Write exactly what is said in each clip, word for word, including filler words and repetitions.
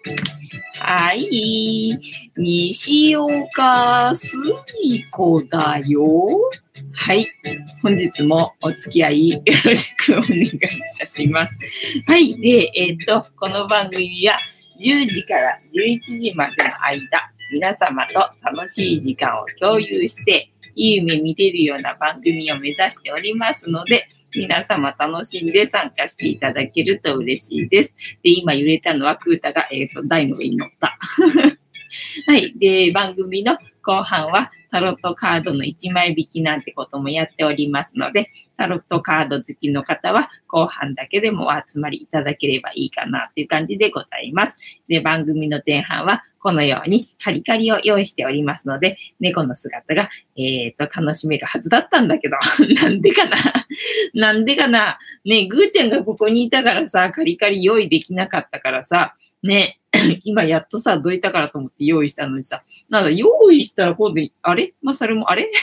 はい。西岡すみこだよ。はい。本日もお付き合いよろしくお願いいたします。はい。で、えっと、この番組はじゅうじからじゅういちじまでの間、皆様と楽しい時間を共有して、いい夢見れるような番組を目指しておりますので、皆様楽しんで参加していただけると嬉しいです。で、今揺れたのはクータが、えっと、台の上に乗った。はい。で、番組の後半はタロットカードのいちまい引きなんてこともやっておりますので、タロットカード好きの方は後半だけでもお集まりいただければいいかなという感じでございます。で、番組の前半はこのようにカリカリを用意しておりますので、猫の姿が、えーと、楽しめるはずだったんだけど、なんでかななんでかなね、ぐーちゃんがここにいたからさ、カリカリ用意できなかったからさ、ね、今やっとさ、どいたからと思って用意したのにさ、なんだ、用意したら今度、あれマサルも、あれ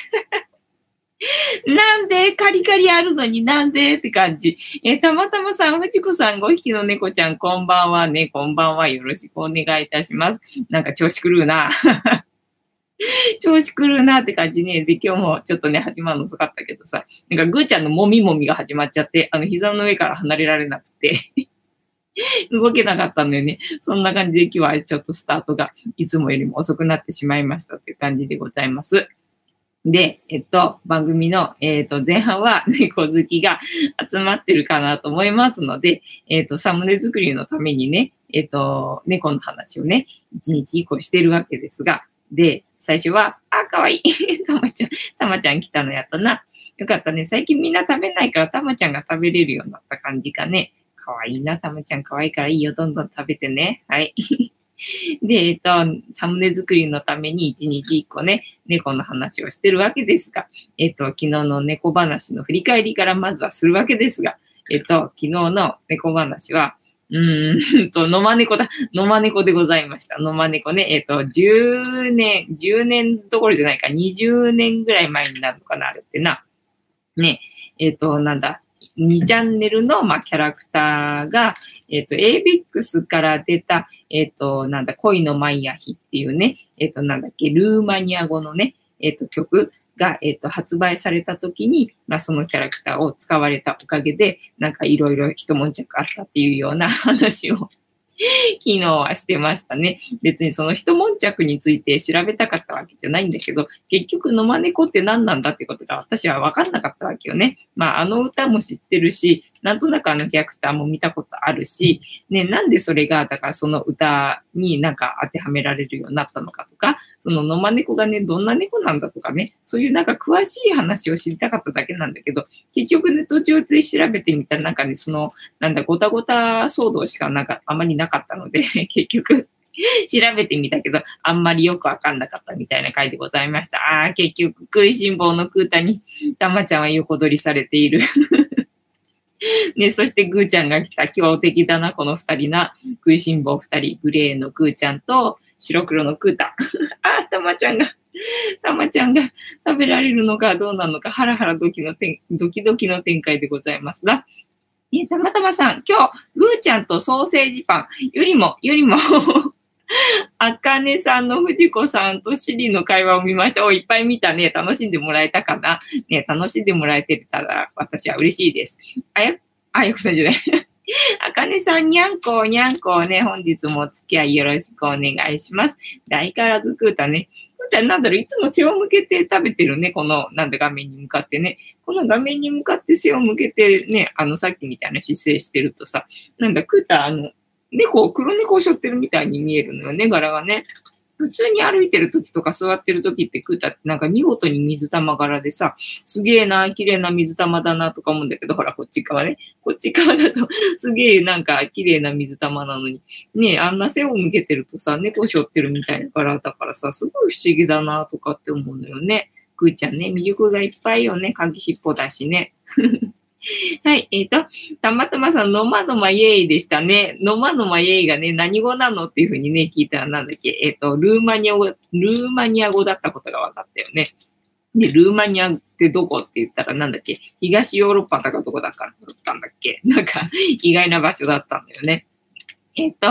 なんでカリカリあるのになんでって感じ。えー、たまたまさん、藤子さんごひきの猫ちゃん、こんばんはね、こんばんは。よろしくお願いいたします。なんか調子狂うな。調子狂うなって感じね。で、今日もちょっとね、始まるの遅かったけどさ、なんかぐーちゃんのもみもみが始まっちゃって、あの、膝の上から離れられなくて。動けなかったんだよね。そんな感じで今日はちょっとスタートがいつもよりも遅くなってしまいましたという感じでございます。で、えっと、番組の、えっと、前半は猫好きが集まってるかなと思いますので、えっと、サムネ作りのためにね、えっと、猫の話をね、一日一個してるわけですが、で、最初は、あ、かわいい。たまちゃん、たまちゃん来たのやったな。よかったね。最近みんな食べないからたまちゃんが食べれるようになった感じかね。かわいいな、たまちゃんかわいいからいいよ。どんどん食べてね。はい。で、えっと、サムネ作りのために一日一個ね、猫の話をしてるわけですが、えっと、昨日の猫話の振り返りからまずはするわけですが、えっと、昨日の猫話は、うーんと、野間猫だ。野間猫でございました。野間猫ね、えっと、じゅうねん、じゅうねんどころじゃないか、にじゅうねんぐらい前になるのかな、あれってな。ね、えっと、なんだ、にチャンネルの、まあ、キャラクターが、えっと、エイベックス から出た、えっと、なんだ、恋のマイヤヒっていうね、えっと、なんだっけ、ルーマニア語のね、えっと、曲が、えっと、発売された時に、まあ、そのキャラクターを使われたおかげで、なんかいろいろ一悶着あったっていうような話を昨日はしてましたね。別にその一悶着について調べたかったわけじゃないんだけど、結局野間猫って何なんだってことが私は分かんなかったわけよね。まああの歌も知ってるし、なんとなくあのキャラクターも見たことあるし、ね、なんでそれが、だからその歌になんか当てはめられるようになったのかとか、その野間猫がね、どんな猫なんだとかね、そういうなんか詳しい話を知りたかっただけなんだけど、結局ね、途中で調べてみたらなんかね、その、なんだ、ごたごた騒動しかなんかあまりなかったので、結局、調べてみたけど、あんまりよくわかんなかったみたいな回でございました。ああ、結局、食いしん坊のクータに、たまちゃんは横取りされている。ね、そしてぐーちゃんが来た強敵だな、この二人な。食いしん坊二人、グレーのぐーちゃんと白黒のクータ。あー、たまちゃんが、たまちゃんが食べられるのかどうなのか、ハラハラドキの展ドキドキの展開でございますが。え、たまたまさん、今日、ぐーちゃんとソーセージパン、よりも、よりも、あかねさんの藤子さんとシリの会話を見ました。お、いっぱい見たね。楽しんでもらえたかな。ね、楽しんでもらえてたら私は嬉しいです。あや、あやこさんじゃない。あかねさん、にゃんこ、にゃんこね、本日もお付き合いよろしくお願いします。で、相変わらずクータね。クータなんだろう、いつも背を向けて食べてるね。この、なんだ、画面に向かってね。この画面に向かって背を向けてね、あの、さっきみたいな姿勢してるとさ、なんだ、クータ、あの、猫、黒猫を背負ってるみたいに見えるのよね、柄がね。普通に歩いてる時とか座ってる時ってクータってなんか見事に水玉柄でさ、すげえな、綺麗な水玉だなとか思うんだけど、ほら、こっち側ね。こっち側だとすげえなんか綺麗な水玉なのに。ねえ、あんな背を向けてるとさ、猫背負ってるみたいな柄だからさ、すごい不思議だなとかって思うのよね。クーちゃんね、魅力がいっぱいよね。鍵尻尾だしね。はい、えっ、ー、と、たまたまさん、のまのまイエイでしたね。のまのまイエイがね、何語なのっていうふうにね、聞いたらなんだっけ、えっ、ー、と、ルーマニア語、ルーマニア語だったことが分かったよね。で、ルーマニアってどこって言ったらなんだっけ、東ヨーロッパだかどこだからだったんだっけ。なんか、意外な場所だったんだよね。えっ、ー、と、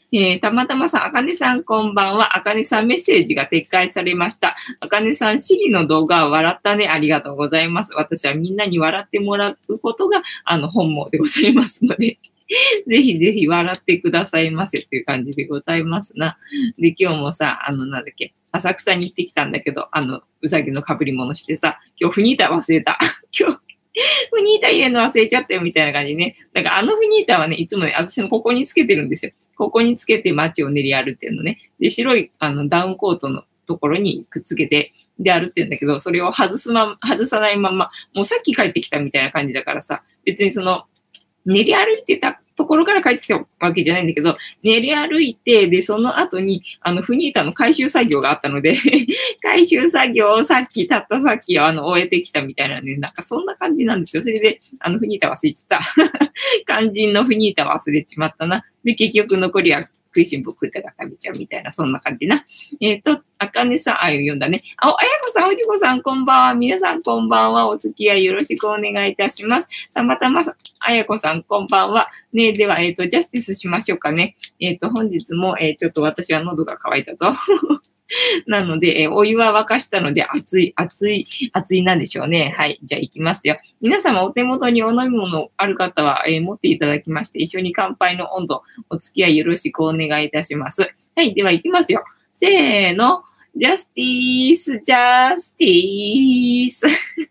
えー、たまたまさん、あかねさんこんばんは。あかねさんメッセージが撤回されました。あかねさん、シリの動画は笑ったね。ありがとうございます。私はみんなに笑ってもらうことが、あの、本望でございますので、ぜひぜひ笑ってくださいませという感じでございますな。で、今日もさ、あの、なんだっけ、浅草に行ってきたんだけど、あの、うさぎの被り物してさ、今日フニータ忘れた。今日、フニータ入れるの忘れちゃったよみたいな感じね。だからあのフニータはね、いつもね、私のここにつけてるんですよ。ここにつけて街を練り歩いてるのね。で、白いあのダウンコートのところにくっつけて、で歩ってるんだけど、それを外すま、外さないまま、もうさっき帰ってきたみたいな感じだからさ、別にその、練り歩いてたところから帰ってきたわけじゃないんだけど、練り歩いて、で、その後に、あの、フニータの回収作業があったので、回収作業をさっき、たったさっき、あの、終えてきたみたいなね、なんかそんな感じなんですよ。それで、あの、フニータ忘れちゃった。肝心のフニータ忘れちまったな。で、結局残りは食いしん坊食ったら食べちゃうみたいな、そんな感じな。えっ、ー、と、あかねさん、あ、読んだね。あ、あやこさん、おじこさん、こんばんは。皆さん、こんばんは。お付き合いよろしくお願いいたします。たまたま、あやこさん、こんばんは。ね、では、えっ、ー、と、ジャスティスしましょうかね。えっ、ー、と、本日も、えー、ちょっと私は喉が渇いたぞ。なので、えー、お湯は沸かしたので、熱い、熱い、熱いなんでしょうね。はい。じゃあ、行きますよ。皆様、お手元にお飲み物ある方は、えー、持っていただきまして、一緒に乾杯の温度、お付き合いよろしくお願いいたします。はい。では、行きますよ。せーの。ジャスティース、ジャスティース。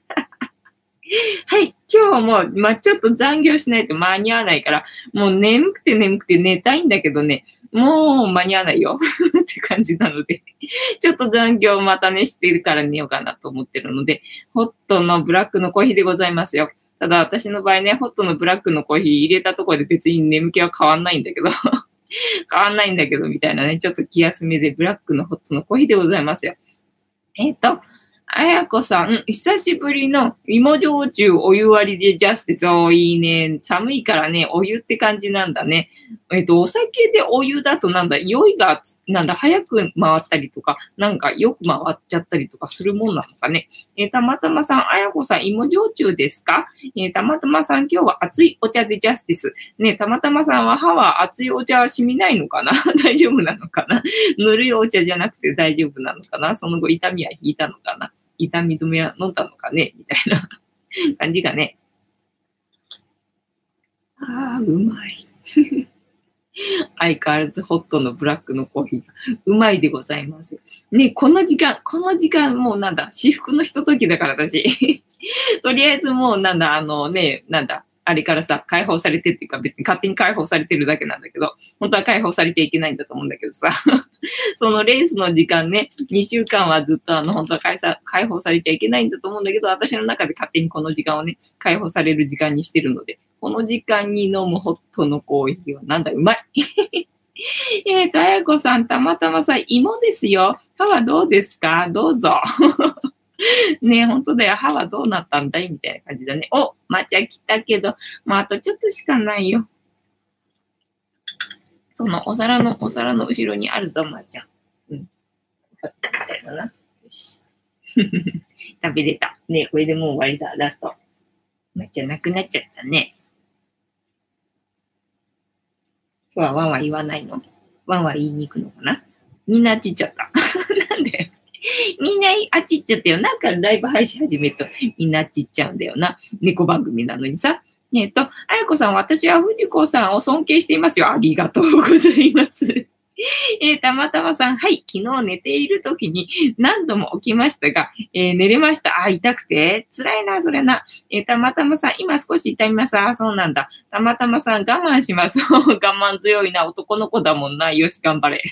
はい。今日も、まあ、ちょっと残業しないと間に合わないから、もう眠くて眠くて寝たいんだけどね、もう間に合わないよって感じなので、ちょっと残業またね、しているから寝ようかなと思ってるので、ホットのブラックのコーヒーでございますよ。ただ私の場合ね、ホットのブラックのコーヒー入れたところで別に眠気は変わんないんだけど、変わんないんだけど、みたいなね、ちょっと気休めでブラックのホットのコーヒーでございますよ。えっと、あやこさん、久しぶりの芋焼酎お湯割りでジャスティス。おー、いいね。寒いからね、お湯って感じなんだね。えっと、お酒でお湯だとなんだ、酔いが、なんだ、早く回ったりとか、なんかよく回っちゃったりとかするもんなのかね。えー、たまたまさん、あやこさん、芋焼酎ですか？えー、たまたまさん、今日は熱いお茶でジャスティス。ね、たまたまさんは歯は熱いお茶は染みないのかな大丈夫なのかなぬるいお茶じゃなくて大丈夫なのかなその後痛みは引いたのかな痛み止めは飲んだのかねみたいな感じがね。ああ、うまい。相変わらずホットのブラックのコーヒーがうまいでございます。ね、この時間、この時間もうなんだ、至福のひとときだから私。とりあえずもうなんだ、あのね、なんだ、あれからさ、解放されてっていうか別に勝手に解放されてるだけなんだけど、本当は解放されちゃいけないんだと思うんだけどさ、そのレースの時間ね、にしゅうかんはずっとあの、本当は解さ解放されちゃいけないんだと思うんだけど、私の中で勝手にこの時間をね、解放される時間にしてるので、この時間に飲むホットのコーヒーはなんだ、うまい。えっと、あやこさん、たまたまさ、芋ですよ。歯はどうですか？どうぞ。ねえ、ほんとだよ。歯はどうなったんだいみたいな感じだね。お、抹茶来たけど、まあ、あとちょっとしかないよ。そのお皿の、お皿の後ろにあるぞ、抹茶。うん。みたいだな。よし。食べれた。ねえ、これでもう終わりだ、ラスト。抹茶なくなっちゃったね。今日はワンワン言わないの？ワンワン言いに行くのかな？みんなあっち行っちゃった。なんでみんなあっち行っちゃったよ。なんかライブ配信始めるとみんなあっち行っちゃうんだよな。猫番組なのにさ。えっと、あやこさん、私は藤子さんを尊敬していますよ。ありがとうございます。えー、たまたまさん、はい、昨日寝ている時に何度も起きましたが、えー、寝れました。あ、痛くて辛いな、それな。えー、たまたまさん、今少し痛みます。あ、そうなんだ。たまたまさん、我慢します。我慢強いな、男の子だもんな。よし、頑張れ。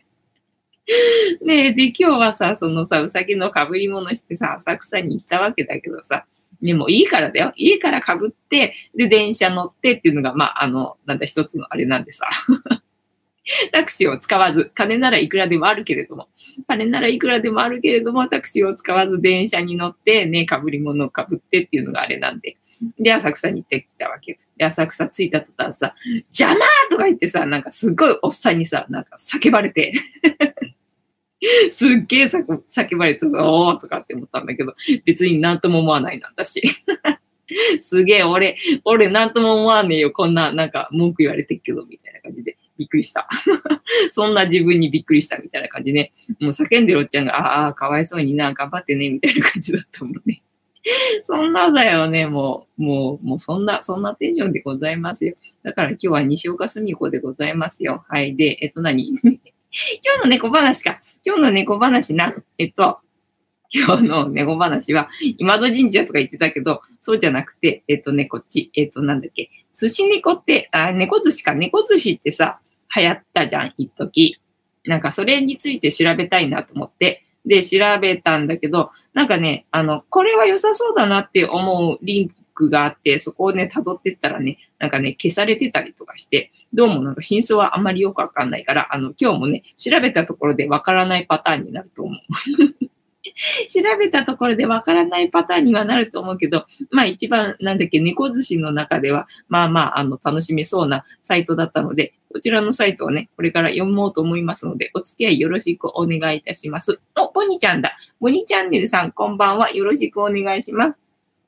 ねえ、で、今日はさ、そのさ、うさぎの被り物してさ、浅草に行ったわけだけどさ、でもいいからだよ。家から被って、で、電車乗ってっていうのが、まあ、あの、なんだ、一つのあれなんでさ。タクシーを使わず、金ならいくらでもあるけれども、金ならいくらでもあるけれども、タクシーを使わず電車に乗って、ね、被り物を被ってっていうのがあれなんで。で、浅草に行ってきたわけ。で、浅草着いた途端さ、邪魔とか言ってさ、なんかすっごいおっさんにさ、なんか叫ばれて、すっげえ叫ばれてさ、おーとかって思ったんだけど、別になんとも思わないな、私。すげえ、俺、俺なんとも思わねえよ、こんな、なんか文句言われてるけど、みたいな感じで。 びっくりした。そんな自分にびっくりしたみたいな感じね。もう叫んでるおっちゃんが、ああ、かわいそうにな、頑張ってね、みたいな感じだったもんね。そんなだよね、もう、もう、もうそんな、そんなテンションでございますよ。だから今日は西岡澄子でございますよ。はい。で、えっと何今日の猫話か。今日の猫話な。えっと、今日の猫話は、今戸神社とか言ってたけど、そうじゃなくて、えっとね、こっち、えっとなんだっけ、寿司猫って、あ、猫寿司か、猫寿司ってさ、流行ったじゃん、一時。なんかそれについて調べたいなと思って、で、調べたんだけど、なんかね、あの、これは良さそうだなって思うリンクがあって、そこをね、辿ってったらね、なんかね、消されてたりとかして、どうもなんか真相はあんまりよくわかんないから、あの、今日もね、調べたところでわからないパターンになると思う。調べたところでわからないパターンにはなると思うけど、まあ一番なんだっけ、猫寿司の中では、まあまあ、あの、楽しめそうなサイトだったので、こちらのサイトをね、これから読もうと思いますので、お付き合いよろしくお願いいたします。お、ボニちゃんだ。ボニチャンネルさん、こんばんは。よろしくお願いします。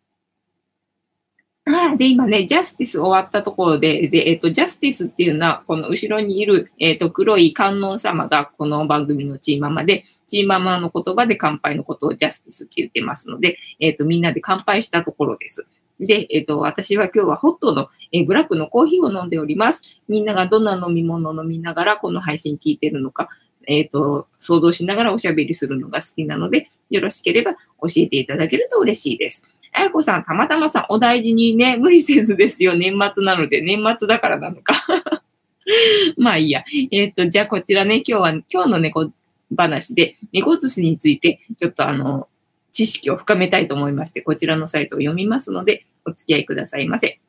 ああ、で、今ね、ジャスティス終わったところで、で、えっと、ジャスティスっていうのは、この後ろにいる、えっと、黒い観音様が、この番組のチーママで、チーママの言葉で乾杯のことをジャスティスって言ってますので、えっと、みんなで乾杯したところです。で、えっと、私は今日はホットの、えーブラックのコーヒーを飲んでおります。みんながどんな飲み物を飲みながら、この配信聞いてるのか、えっと、想像しながらおしゃべりするのが好きなので、よろしければ教えていただけると嬉しいです。あやこさん、たまたまさん、お大事にね、無理せずですよ。年末なので、年末だからなのか。まあいいや。えっと、じゃあこちらね、今日は、今日の猫話で、猫寿司について、ちょっとあの、知識を深めたいと思いまして、こちらのサイトを読みますので、お付き合いくださいませ。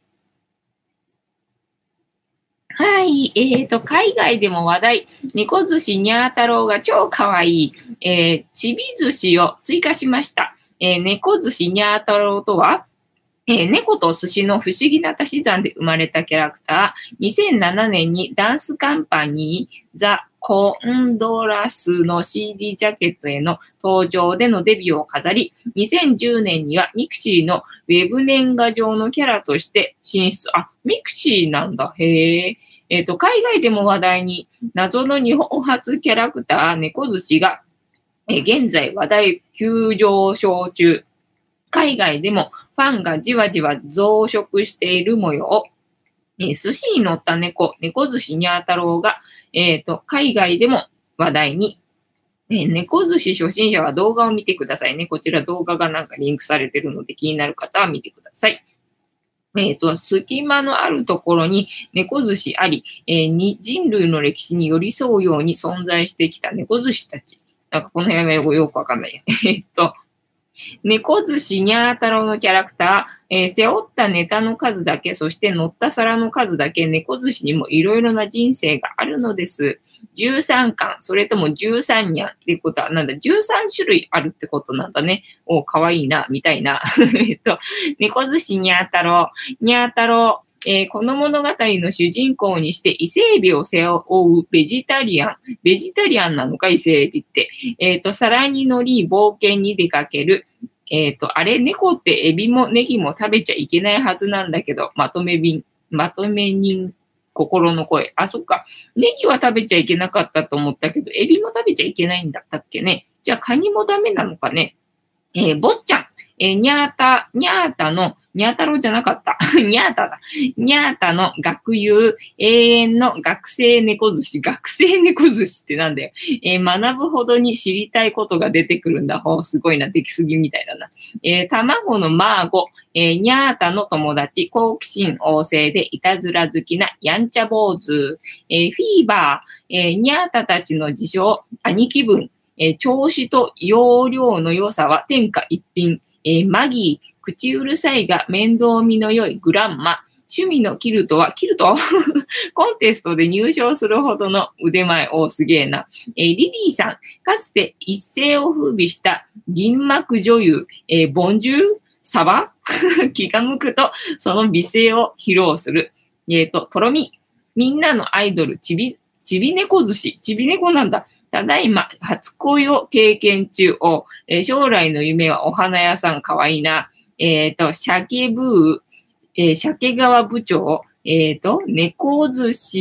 はい。えっと、海外でも話題、猫寿司にゃー太郎が超かわいい、えー、ちび寿司を追加しました。えー、猫寿司にゃー太郎とは、えー猫と寿司の不思議な足し算で生まれたキャラクター、にせんななねんにダンスカンパニー、ザ・コンドラスの シーディー ジャケットへの登場でのデビューを飾り、にせんじゅうねんにはミクシーのウェブ年賀状のキャラとして進出。あ、ミクシーなんだ。へえ。えっと、海外でも話題に、謎の日本発キャラクター、猫寿司が、えー現在話題急上昇中。海外でもファンがじわじわ増殖している模様。えー寿司に乗った猫、猫寿司にゃー太郎が、えっと、海外でも話題に。えー猫寿司初心者は動画を見てくださいね。こちら動画がなんかリンクされてるので気になる方は見てください。えっと、隙間のあるところに猫寿司あり、えーに人類の歴史に寄り添うように存在してきた猫寿司たち。なんかこの辺はよくよくわかんないや。えっと、猫寿司にゃー太郎のキャラクター、えー背負ったネタの数だけ、そして乗った皿の数だけ、猫寿司にもいろいろな人生があるのです。じゅうさんかん、それともじゅうさんにゃんってことは、なんだ、じゅうさん種類あるってことなんだね。お、かわいいな、みたいな。えっと、猫寿司にゃー太郎、にゃー太郎、えーこの物語の主人公にして伊勢海老を背負うベジタリアン。ベジタリアンなのか、伊勢海老って。えっと、皿に乗り、冒険に出かける。えっと、あれ、猫ってエビもネギも食べちゃいけないはずなんだけど、まとめ便、まとめ人、心の声。あ、そっか。ネギは食べちゃいけなかったと思ったけど、エビも食べちゃいけないんだったっけね。じゃあ、カニもダメなのかね。えー、坊ちゃん。えー、にゃーた、にゃーたの、にゃー太郎じゃなかった。にゃーただ。にゃーたの学友、永遠の学生猫寿司。学生猫寿司ってなんだよ。えー学ぶほどに知りたいことが出てくるんだ。ほう、すごいな。出来すぎみたいだな。えー卵のマーゴ。えー、にゃーたの友達。好奇心旺盛でいたずら好きなやんちゃ坊主。えーフィーバー。えーにゃーたたちの自称、兄貴分。えー調子と容量の良さは天下一品。えーマギー、口うるさいが面倒見の良いグランマ。趣味のキルトは、キルトコンテストで入賞するほどの腕前。おすげえな。えーリリーさん、かつて一世を風靡した銀幕女優、えーボンジュールサバ気が向くと、その美声を披露する。えっ、と、とろみ。みんなのアイドル、ちび、ちび猫寿司。ちび猫なんだ。ただいま、初恋を経験中を、えー将来の夢はお花屋さんかわいいな。えっ、と、鮭ブー、えー鮭川部長、えっ、と、猫寿司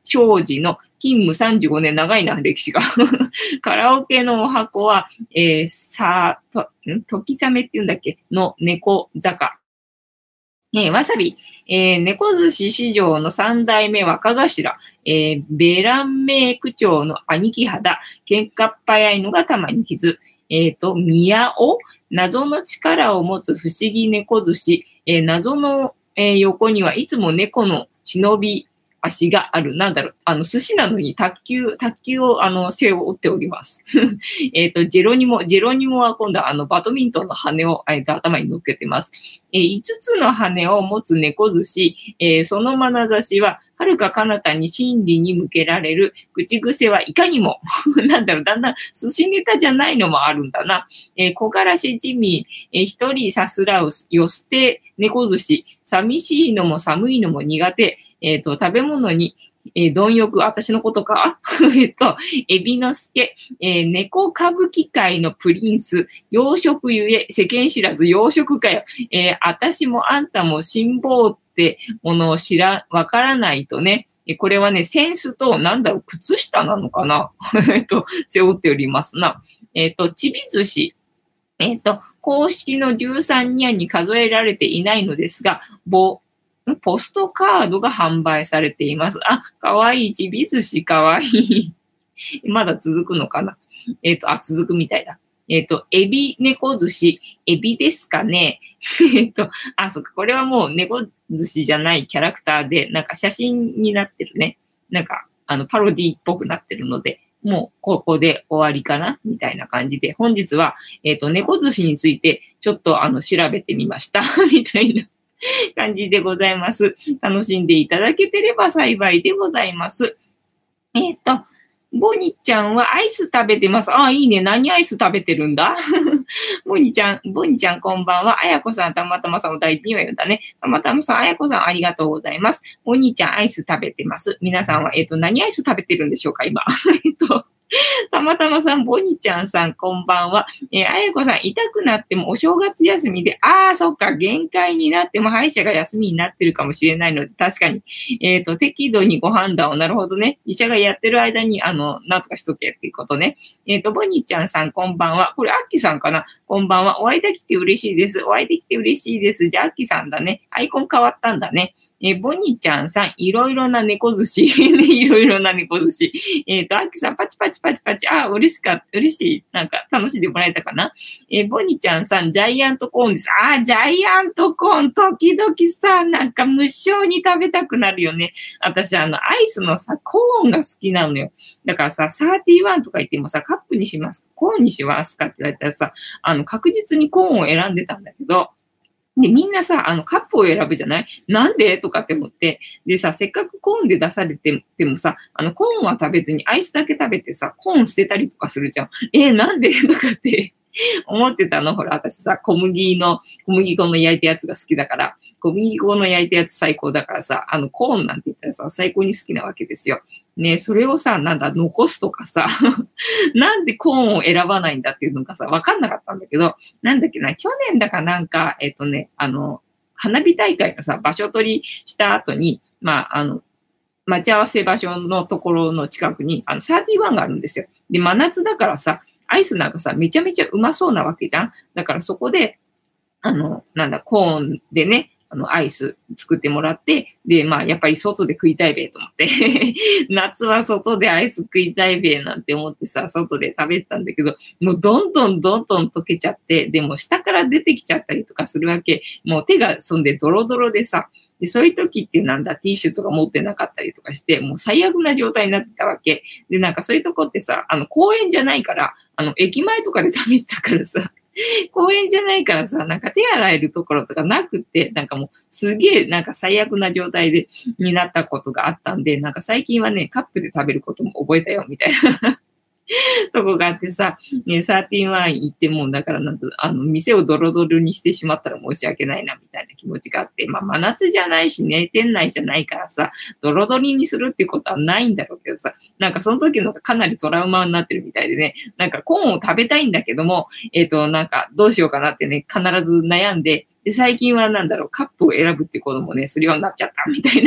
庄司の勤務さんじゅうごねん、長いな、歴史が。カラオケのお箱は、えー、さ、と、ん時雨って言うんだっけの猫坂。えー、わさび、えー、猫寿司市場の三代目若頭、えー、ベランメイ区長の兄貴肌、喧嘩っ早いのがたまに傷、えっ、と、宮尾、謎の力を持つ不思議猫寿司、えー、謎の、えー横にはいつも猫の忍び足がある。なんだろう。あの、寿司なのに卓球、卓球を、あの、背負っております。えっと、ジェロニモ、ジェロニモは今度は、あの、バドミントンの羽を、えーと、頭に乗っけてます。えー、いつつの羽を持つ猫寿司、えーその眼差しは、遥か彼方に真理に向けられる。口癖はいかにも。なんだろう、だんだん寿司ネタじゃないのもあるんだな。えー小柄し地味、えー一人さすらう、よ捨て猫寿司。寂しいのも寒いのも苦手。えっと、食べ物に、えー貪欲、私のことかえっと、エビの助、えー猫歌舞伎界のプリンス、洋食ゆえ、世間知らず洋食かよ。えー私もあんたも辛抱ってものを知ら、わからないとね。えこれはね、センスと、なんだろう、靴下なのかなえっと、背負っておりますな。えっと、ちび寿司。えっと、公式のじゅうさんにんに数えられていないのですが、ぼポストカードが販売されています。あ、かわいい。ちび寿司かわいい。まだ続くのかな。えっと、あ、続くみたいだ。えっと、エビ猫寿司、エビですかね。えっと、あ、そっか、これはもう猫寿司じゃないキャラクターで、なんか写真になってるね。なんか、あの、パロディっぽくなってるので、もうここで終わりかなみたいな感じで、本日は、えっと、猫寿司についてちょっとあの、調べてみました。みたいな感じでございます。楽しんでいただけてれば幸いでございます。えっと、ボニちゃんはアイス食べてます。ああ、いいね。何アイス食べてるんだボニちゃん、ボニちゃんこんばんは。あやこさん、たまたまさんを大事には言うんだね。たまたまさん、あやこさんありがとうございます。ボニちゃんアイス食べてます。皆さんは、えっと、何アイス食べてるんでしょうか今。えっと、たまたまさん、ボニちゃんさん、こんばんは。えーあやこさん、痛くなってもお正月休みで、ああ、そっか、限界になっても歯医者が休みになってるかもしれないので、確かに、えっと、適度にご判断を、なるほどね。医者がやってる間に、あの、なんとかしとけっていうことね。えっと、ボニちゃんさん、こんばんは。これ、アッキさんかなこんばんは。お会いできて嬉しいです。お会いできて嬉しいです。じゃあ、アッキさんだね。アイコン変わったんだね。えーボニちゃんさん、いろいろな猫寿司。いろいろな猫寿司。えっ、と、アキさん、パチパチパチパチ。あ、嬉しかった。嬉しい。なんか、楽しんでもらえたかな。えーボニちゃんさん、ジャイアントコーンです。あ、ジャイアントコーン、時々さ、なんか無性に食べたくなるよね。私、あの、アイスのさ、コーンが好きなのよ。だからさ、サーティワンとか言ってもさ、カップにしますかコーンにしますかって言われたらさ、あの、確実にコーンを選んでたんだけど、で、みんなさ、あの、カップを選ぶじゃないなんでとかって思って。でさ、せっかくコーンで出されててもさ、あの、コーンは食べずにアイスだけ食べてさ、コーン捨てたりとかするじゃん。えーなんでとかって思ってたの。ほら、私さ、小麦の、小麦粉の焼いたやつが好きだから、小麦粉の焼いたやつ最高だからさ、あの、コーンなんて言ったらさ、最高に好きなわけですよ。ね、それをさ、なんだ、残すとかさ、なんでコーンを選ばないんだっていうのがさ、わかんなかったんだけど、なんだっけな、去年だかなんか、えっとね、あの、花火大会のさ、場所取りした後に、まあ、あの、待ち合わせ場所のところの近くに、あの、サーティワンがあるんですよ。で、真夏だからさ、アイスなんかさ、めちゃめちゃうまそうなわけじゃん。だからそこで、あの、なんだ、コーンでね、あの、アイス作ってもらって、で、まあ、やっぱり外で食いたいべと思って、夏は外でアイス食いたいべなんて思ってさ、外で食べてたんだけど、もうどんどんどんどん溶けちゃって、でも下から出てきちゃったりとかするわけ。もう手がそんでドロドロでさ、で、そういう時ってなんだ、ティッシュとか持ってなかったりとかして、もう最悪な状態になってたわけ。で、なんかそういうとこってさ、あの、公園じゃないから、あの、駅前とかで食べてたからさ、公園じゃないからさ、なんか手洗えるところとかなくって、なんかもうすげえなんか最悪な状態で、になったことがあったんで、なんか最近はね、カップで食べることも覚えたよ、みたいなとこがあってさ、ね、サーティワン行っても、だからなんと、あの、店をドロドロにしてしまったら申し訳ないな、みたいな気持ちがあって、まあ、真夏じゃないしね、店内じゃないからさ、ドロドロにするっていうことはないんだろうけどさ、なんかその時のがかなりトラウマになってるみたいでね、なんかコーンを食べたいんだけども、えっと、なんかどうしようかなってね、必ず悩んで、で、最近はなんだろう、カップを選ぶっていうこともね、するようになっちゃったみたいな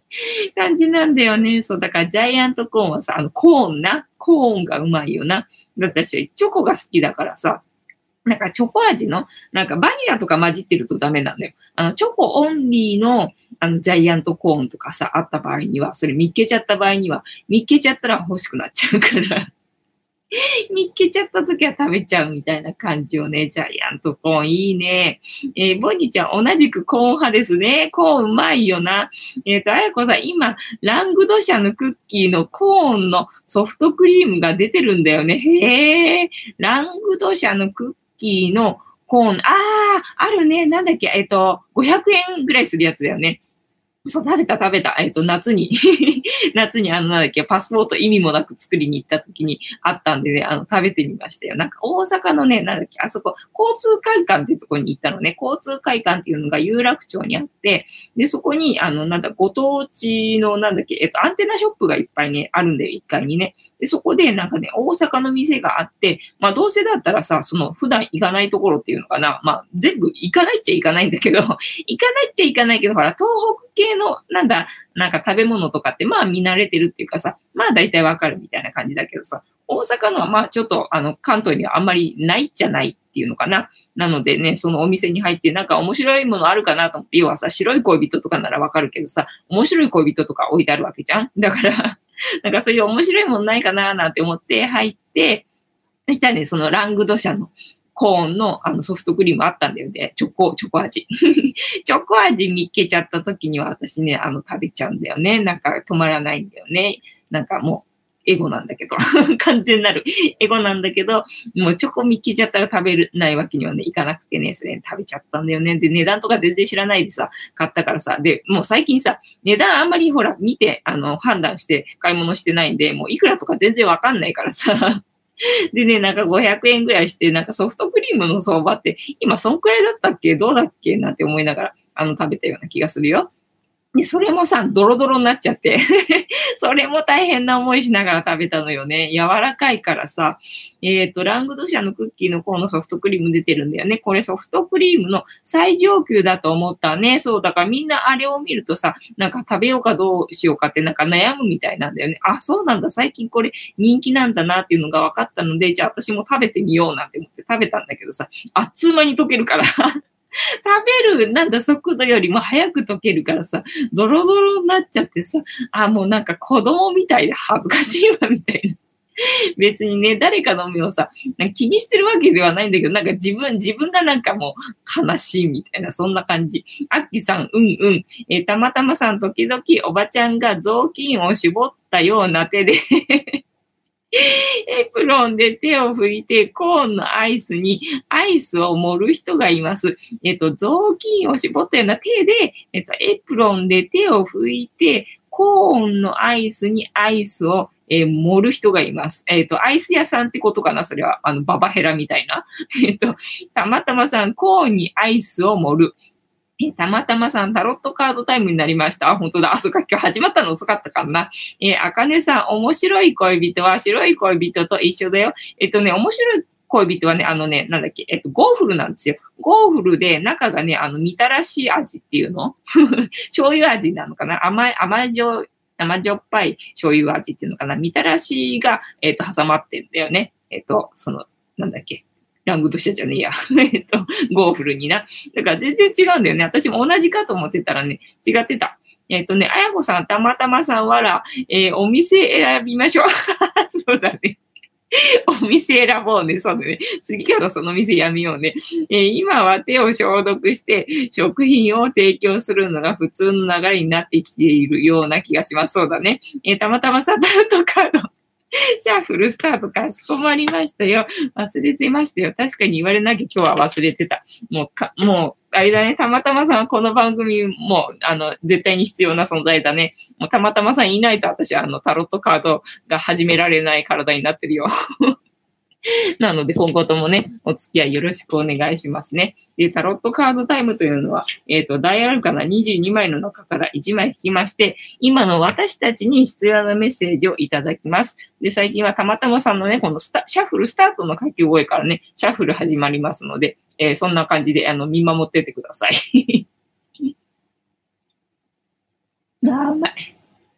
感じなんだよね。そう、だからジャイアントコーンはさ、あの、コーンな。コーンがうまいよな。私、チョコが好きだからさ、なんかチョコ味の、なんかバニラとか混じってるとダメなんだよ。あの、チョコオンリーの、あの、ジャイアントコーンとかさ、あった場合には、それ見っけちゃった場合には、見っけちゃったら欲しくなっちゃうから、見っけちゃった時は食べちゃうみたいな感じをね、ジャイアントコーンいいね。えー、ボニーちゃん同じくコーン派ですね。コーンうまいよな。えっ、と、あやこさん、今、ラングドシャのクッキーのコーンのソフトクリームが出てるんだよね。へえ、ラングドシャのクッキーのコーン、ああ、あるね。なんだっけ、えっ、と、ごひゃくえんぐらいするやつだよね。そう、食べた食べた。えっと、夏に夏にあの、なんだっけ、パスポート意味もなく作りに行った時にあったんでね、あの、食べてみましたよ。なんか大阪のね、なんだっけ、あそこ、交通会館っていうところに行ったのね。交通会館っていうのが有楽町にあって、で、そこに、あの、なんだ、ご当地の、なんだっけ、えっと、アンテナショップがいっぱいね、あるんで、いっかいにね。で、そこで、なんかね、大阪の店があって、まあ、どうせだったらさ、その、普段行かないところっていうのかな。まあ、全部行かないっちゃ行かないんだけど、行かないっちゃ行かないけど、ほら、東北系の、なんだ、なんか食べ物とかって、まあ見慣れてるっていうかさ、まあ大体わかるみたいな感じだけどさ、大阪のはまあちょっと、あの、関東にはあんまりないじゃないっていうのかな。なのでね、そのお店に入ってなんか面白いものあるかなと思って、要はさ、白い恋人とかならわかるけどさ、面白い恋人とか置いてあるわけじゃん。だからなんかそういう面白いものないかななんて思って入って、そしたらね、そのラングドシャのコーンのあのソフトクリームあったんだよね。チョコ、チョコ味。チョコ味見っけちゃった時には私ね、あの食べちゃうんだよね。なんか止まらないんだよね。なんかもう、エゴなんだけど。完全なるエゴなんだけど、もうチョコ見っけちゃったら食べれないわけにはね、いかなくてね、それ、ね、食べちゃったんだよね。で、値段とか全然知らないでさ、買ったからさ。で、もう最近さ、値段あんまりほら、見て、あの、判断して買い物してないんで、もういくらとか全然わかんないからさ。でね、なんかごひゃくえんぐらいして、なんかソフトクリームの相場って、今そんくらいだったっけどうだっけなんて思いながら、あの、食べたような気がするよ。で、それもさ、ドロドロになっちゃってそれも大変な思いしながら食べたのよね。柔らかいからさ、えっ、ー、と、ラングドシャのクッキーの方のソフトクリーム出てるんだよね。これソフトクリームの最上級だと思ったね。そう、だからみんなあれを見るとさ、なんか食べようかどうしようかってなんか悩むみたいなんだよね。あ、そうなんだ。最近これ人気なんだなっていうのが分かったので、じゃあ私も食べてみようなんて思って食べたんだけどさ、あっつう間に溶けるから食べる、なんだ、速度よりも早く溶けるからさ、ドロドロになっちゃってさ、あ、もうなんか子供みたいで恥ずかしいわ、みたいな。別にね、誰かの目をさ、なんか気にしてるわけではないんだけど、なんか自分、自分がなんかもう悲しいみたいな、そんな感じ。あっきさん、うんうん。えーたまたまさん、時々おばちゃんが雑巾を絞ったような手でエプロンで手を拭いて、コーンのアイスにアイスを盛る人がいます。えっと、雑巾を絞ったような手で、えっと、エプロンで手を拭いて、コーンのアイスにアイスを、えー盛る人がいます。えっと、アイス屋さんってことかなそれは、あの、ババヘラみたいな。えっと、たまたまさん、コーンにアイスを盛る。え、たまたまさん、タロットカードタイムになりました。あ、本当だ。あ、そっか、今日始まったの遅かったかな。えあかねさん、面白い恋人は白い恋人と一緒だよ。えっとね、面白い恋人はね、あのね、なんだっけ、えっと、ゴーフルなんですよ。ゴーフルで、中がね、あの、みたらし味っていうの醤油味なのかな甘い、甘じょ、甘じょっぱい醤油味っていうのかなみたらしが、えっと、挟まってんだよね。えっと、その、なんだっけ。ラングドシャじゃねえや。えっと、ゴーフルにな。だから全然違うんだよね。私も同じかと思ってたらね、違ってた。えっとね、あやこさん、たまたまさんわら、えーお店選びましょう。そうだね。お店選ぼうね。そうだね。次からその店やめようね。えー今は手を消毒して食品を提供するのが普通の流れになってきているような気がします。そうだね。えーたまたまさん、タロットカード。シャッフルスタートかしこまりましたよ。忘れてましたよ。確かに言われなきゃ今日は忘れてた。もうか、もう、あれだね。たまたまさんはこの番組も、あの、絶対に必要な存在だね。もうたまたまさんいないと私、あの、タロットカードが始められない体になってるよ。なので、今後ともね、お付き合いよろしくお願いしますね。で、タロットカードタイムというのは、えっと、ダイアルカナにじゅうにまいの中からいちまい引きまして、今の私たちに必要なメッセージをいただきます。で、最近はたまたまさんのね、このスタシャッフルスタートの書き声からね、シャッフル始まりますので、えーそんな感じで、あの、見守っててください。 あー、うまい。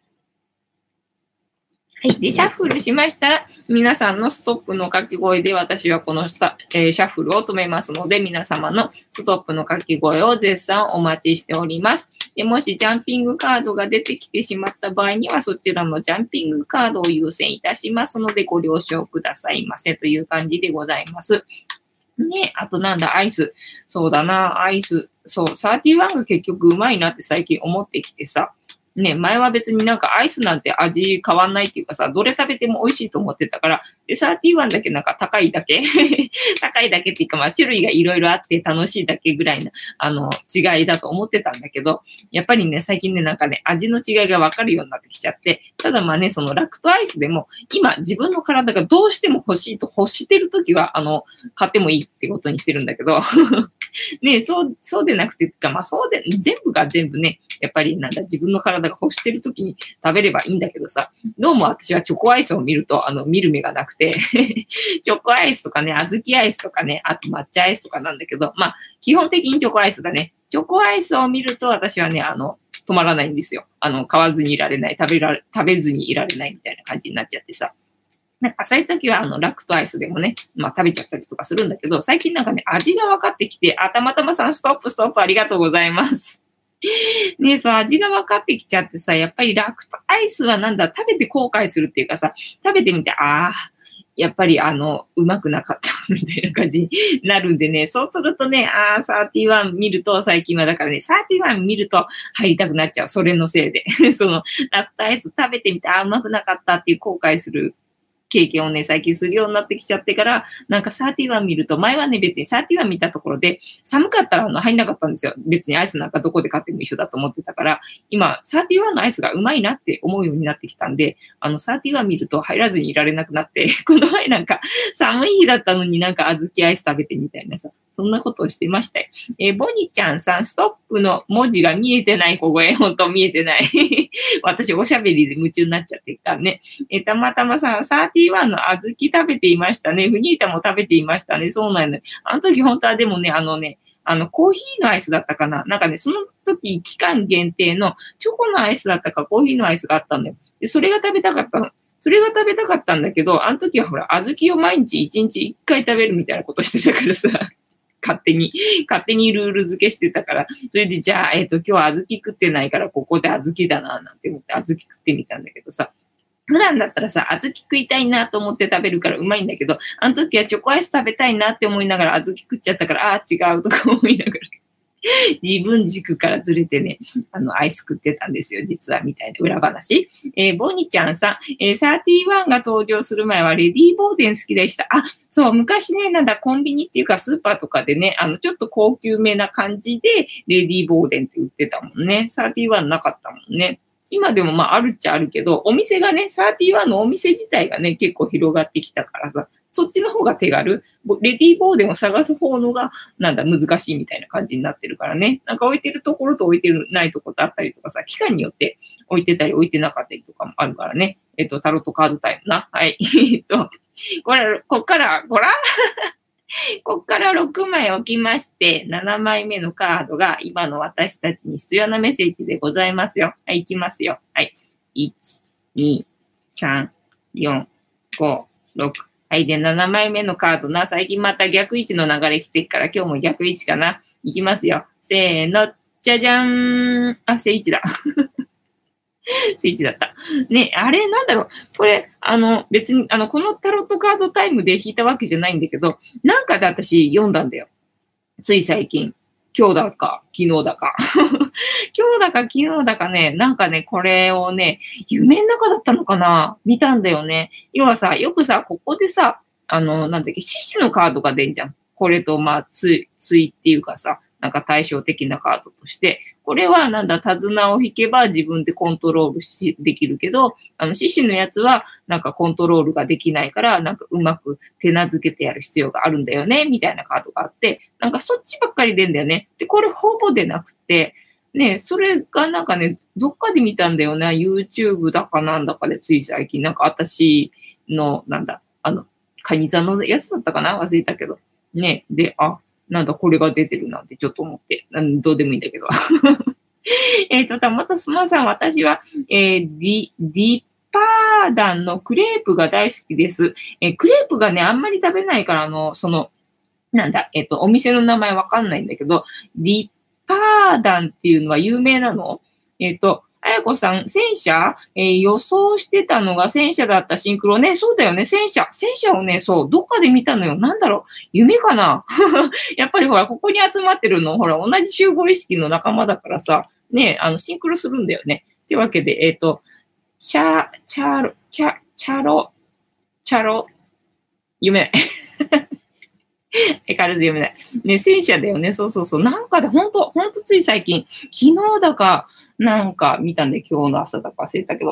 はい。で、シャッフルしましたら、皆さんのストップの掛け声で私はこのスタ、えーシャッフルを止めますので、皆様のストップの掛け声を絶賛お待ちしております。で、もしジャンピングカードが出てきてしまった場合には、そちらのジャンピングカードを優先いたしますので、ご了承くださいませという感じでございます。ね、あとなんだ、アイス。そうだな、アイス。そう、サーティワンが結局うまいなって最近思ってきてさ。ね、前は別になんかアイスなんて味変わんないっていうかさ、どれ食べても美味しいと思ってたから、で、サーティワンだけなんか高いだけ高いだけっていうかまあ種類がいろいろあって楽しいだけぐらいの、あの、違いだと思ってたんだけど、やっぱりね、最近ね、なんかね、味の違いがわかるようになってきちゃって、ただまあね、そのラクトアイスでも、今自分の体がどうしても欲しいと欲してるときは、あの、買ってもいいってことにしてるんだけど、ね、そう、そうでなくて、か、まあそうで、全部が全部ね、やっぱりなんだ、自分の体が欲してる時に食べればいいんだけどさ、どうも私はチョコアイスを見ると、あの、見る目がなくて、チョコアイスとかね、小豆アイスとかね、あと抹茶アイスとかなんだけど、まあ、基本的にチョコアイスだね。チョコアイスを見ると私はね、あの、止まらないんですよ。あの、買わずにいられない、食べられ、食べずにいられないみたいな感じになっちゃってさ。なんかそういう時はあのラクトアイスでもね、まあ食べちゃったりとかするんだけど、最近なんかね、味が分かってきて、あ、たまたまさんストップストップありがとうございます。ね、そう、味が分かってきちゃってさ、やっぱりラクトアイスはなんだ、食べて後悔するっていうかさ、食べてみて、ああ、やっぱりあの、うまくなかったみたいな感じになるんでね、そうするとね、ああ、サーティワン見ると、最近はだからね、サーティワン見ると入りたくなっちゃう。それのせいで。その、ラクトアイス食べてみて、ああ、うまくなかったっていう後悔する経験をね、最近するようになってきちゃってから、なんかサーティワン見ると、前はね、別にサーティワン見たところで、寒かったらあの入んなかったんですよ。別にアイスなんかどこで買っても一緒だと思ってたから、今、サーティワンのアイスがうまいなって思うようになってきたんで、あの、サーティワン見ると入らずにいられなくなって、この前なんか寒い日だったのになんか小豆アイス食べてみたいなさ、そんなことをしてましたよ。えーボニちゃんさん、ストップの文字が見えてない小声、ほんと見えてない。私、おしゃべりで夢中になっちゃってるからね。えーたまたまさん、サーティワンの小豆食べていましたね。フニータも食べていましたね。そうなんだよ。あの時本当はでもね、あのね、あの、コーヒーのアイスだったかな。なんかね、その時期間限定のチョコのアイスだったか、コーヒーのアイスがあったんだよ。で、それが食べたかったの。それが食べたかったんだけど、あの時はほら、小豆を毎日いちにちいっかい食べるみたいなことしてたからさ。勝手に、勝手にルール付けしてたから、それでじゃあ、えっと、今日は小豆食ってないから、ここで小豆だな、なんて思って小豆食ってみたんだけどさ、普段だったらさ、小豆食いたいなと思って食べるからうまいんだけど、あの時はチョコアイス食べたいなって思いながら小豆食っちゃったから、ああー、違うとか思いながら。自分軸からずれてね、あの、アイス食ってたんですよ、実は、みたいな裏話。えーボニちゃんさん、えー、サーティワンが登場する前はレディーボーデン好きでした。あ、そう、昔ね、なんだ、コンビニっていうかスーパーとかでね、あの、ちょっと高級めな感じで、レディーボーデンって売ってたもんね。サーティワンなかったもんね。今でもまああるっちゃあるけど、お店がね、サーティワンのお店自体がね、結構広がってきたからさ、そっちの方が手軽。レディーボーデンを探す方のが、なんだ、難しいみたいな感じになってるからね。なんか置いてるところと置いてないところとあったりとかさ、期間によって置いてたり置いてなかったりとかもあるからね。えっと、タロットカードタイムな。はい。えっと、これ、こっから、ごらんこっからろくまい置きまして、ななまいめのカードが今の私たちに必要なメッセージでございますよ。はい、いきますよ。はい。いち、に、さん、よん、ご、ろく。はい。で、ななまいめのカードな。最近また逆位置の流れ来てるから、今日も逆位置かな。いきますよ。せーの。じゃじゃーん。あ、正位置だ。正位置だった。ね、あれ、なんだろう。これ、あの、別に、あの、このタロットカードタイムで引いたわけじゃないんだけど、なんかで私読んだんだよ。つい最近。今日だか、昨日だか。今日だか昨日だかね、なんかね、これをね、夢の中だったのかな見たんだよね。要はさ、よくさ、ここでさ、あの、なんだっけ、獅子のカードが出んじゃん。これと、まあ、つい、ついっていうかさ、なんか対照的なカードとして、これはなんだ、手綱を引けば自分でコントロールし、できるけど、あの、獅子のやつは、なんかコントロールができないから、なんかうまく手なずけてやる必要があるんだよね、みたいなカードがあって、なんかそっちばっかり出んだよね。で、これほぼ出なくて、ね、それがなんかね、どっかで見たんだよな、YouTube だかなんだかでつい最近、なんか私の、なんだ、あの、カニ座のやつだったかな忘れたけど。ね、で、あ、なんだこれが出てるなんてちょっと思って、なんどうでもいいんだけど。 えっと、たまたすまさん、私は、えー、ディ、ディパーダンのクレープが大好きです。えークレープがね、あんまり食べないから、あの、その、なんだ、えっと、お店の名前わかんないんだけど、ディパーダンっていうのは有名なの？えっと、あやこさん、戦車、えー予想してたのが戦車だったシンクロね。そうだよね、戦車。戦車をね、そう、どっかで見たのよ。なんだろう、夢かな？やっぱりほら、ここに集まってるの、ほら、同じ集合意識の仲間だからさ、ね、あの、シンクロするんだよね。ってわけで、えっと、チャ、チャロ、キャ、チャロ、チャロ、読めない。相変わらず読めない。ね、戦車だよね。そうそうそう。なんかで、ほんと、ほんとつい最近、昨日だか、なんか見たんで、今日の朝だか忘れたけど、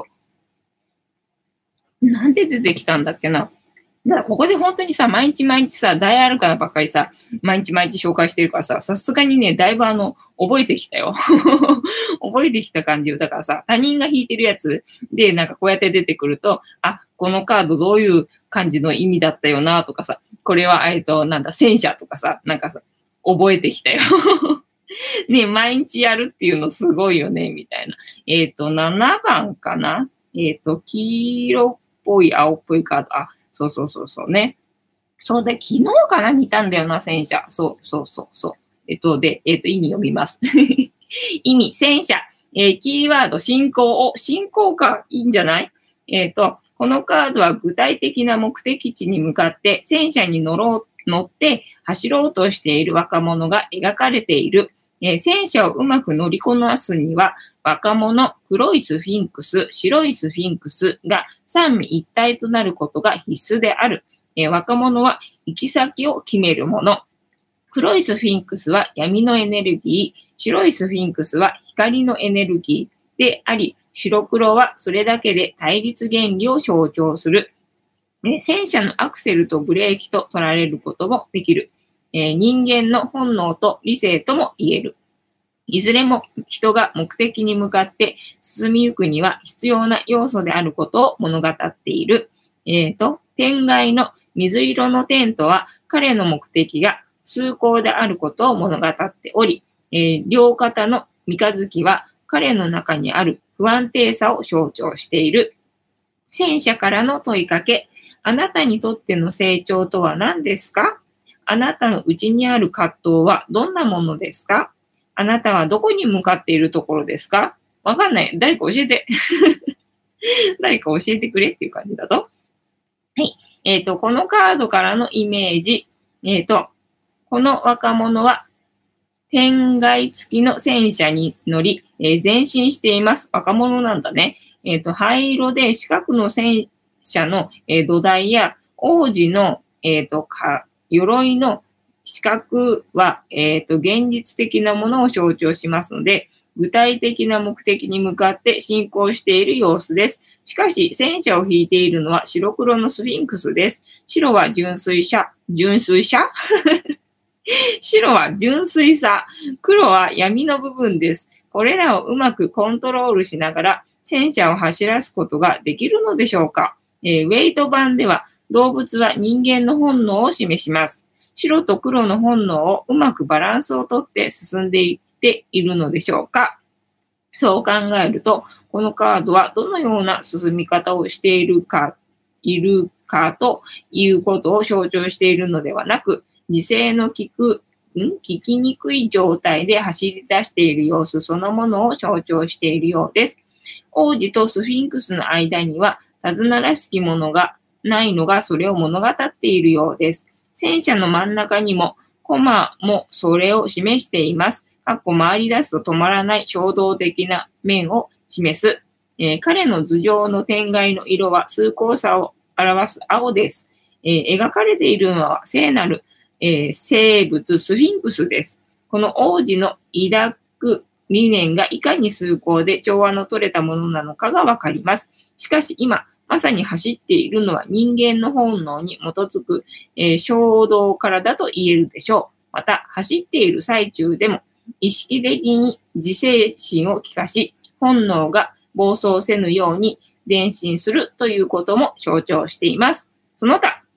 なんで出てきたんだっけな。だからここで本当にさ、毎日毎日さ、大アルカナばっかりさ、毎日毎日紹介してるからさ、さすがにね、だいぶあの、覚えてきたよ。覚えてきた感じよ。だからさ、他人が引いてるやつで、なんかこうやって出てくると、あ、このカードどういう感じの意味だったよな、とかさ、これは、えっと、なんだ、戦車とかさ、なんかさ、覚えてきたよ。ね、毎日やるっていうのすごいよね、みたいな。えっと、ななばんかな。えっと、黄色っぽい、青っぽいカード。あ、そうそうそうそうね。そうで、昨日かな見たんだよな、戦車。そうそうそうそう。えっと、で、えっと、意味読みます。意味、戦車。えーキーワード、進行を、進行か、いいんじゃない？えっと、このカードは具体的な目的地に向かって戦車に乗ろう、乗って走ろうとしている若者が描かれている。えー戦車をうまく乗りこなすには、若者、黒いスフィンクス、白いスフィンクスが三位一体となることが必須である。えー若者は行き先を決めるもの。黒いスフィンクスは闇のエネルギー、白いスフィンクスは光のエネルギーであり、白黒はそれだけで対立原理を象徴する。ね戦車のアクセルとブレーキと取られることもできる。えー人間の本能と理性とも言える。いずれも人が目的に向かって進みゆくには必要な要素であることを物語っている。えっ、と、天外の水色のテントは彼の目的が崇高であることを物語っており、えー両肩の三日月は彼の中にある不安定さを象徴している。戦車からの問いかけ。あなたにとっての成長とは何ですか？あなたの内にある葛藤はどんなものですか？あなたはどこに向かっているところですか？わかんない。誰か教えて。誰か教えてくれっていう感じだと。はい。えっ、と、このカードからのイメージ。えっ、と、この若者は天外付きの戦車に乗り、えー前進しています。若者なんだね。えっ、と、灰色で四角の戦車の、えー土台や王子の、えっ、と、か、鎧の四角は、えっ、と、現実的なものを象徴しますので、具体的な目的に向かって進行している様子です。しかし、戦車を引いているのは白黒のスフィンクスです。白は純粋車、純粋車白は純粋さ、黒は闇の部分です。これらをうまくコントロールしながら戦車を走らすことができるのでしょうか？えーウェイト版では動物は人間の本能を示します。白と黒の本能をうまくバランスをとって進んでいっているのでしょうか？そう考えると、このカードはどのような進み方をしているか、いるかということを象徴しているのではなく、時勢の効く、ん聞きにくい状態で走り出している様子そのものを象徴しているようです。王子とスフィンクスの間には手綱らしきものがないのがそれを物語っているようです。戦車の真ん中にもコマもそれを示しています。かっこ回り出すと止まらない衝動的な面を示す。えー彼の頭上の天外の色は崇高さを表す青です。えー描かれているのは聖なる、えー生物スフィンクスです。この王子の抱く理念がいかに崇高で調和の取れたものなのかがわかります。しかし今、まさに走っているのは人間の本能に基づく、えー衝動からだと言えるでしょう。また、走っている最中でも意識的に自制心を利かし、本能が暴走せぬように前進するということも象徴しています。その他、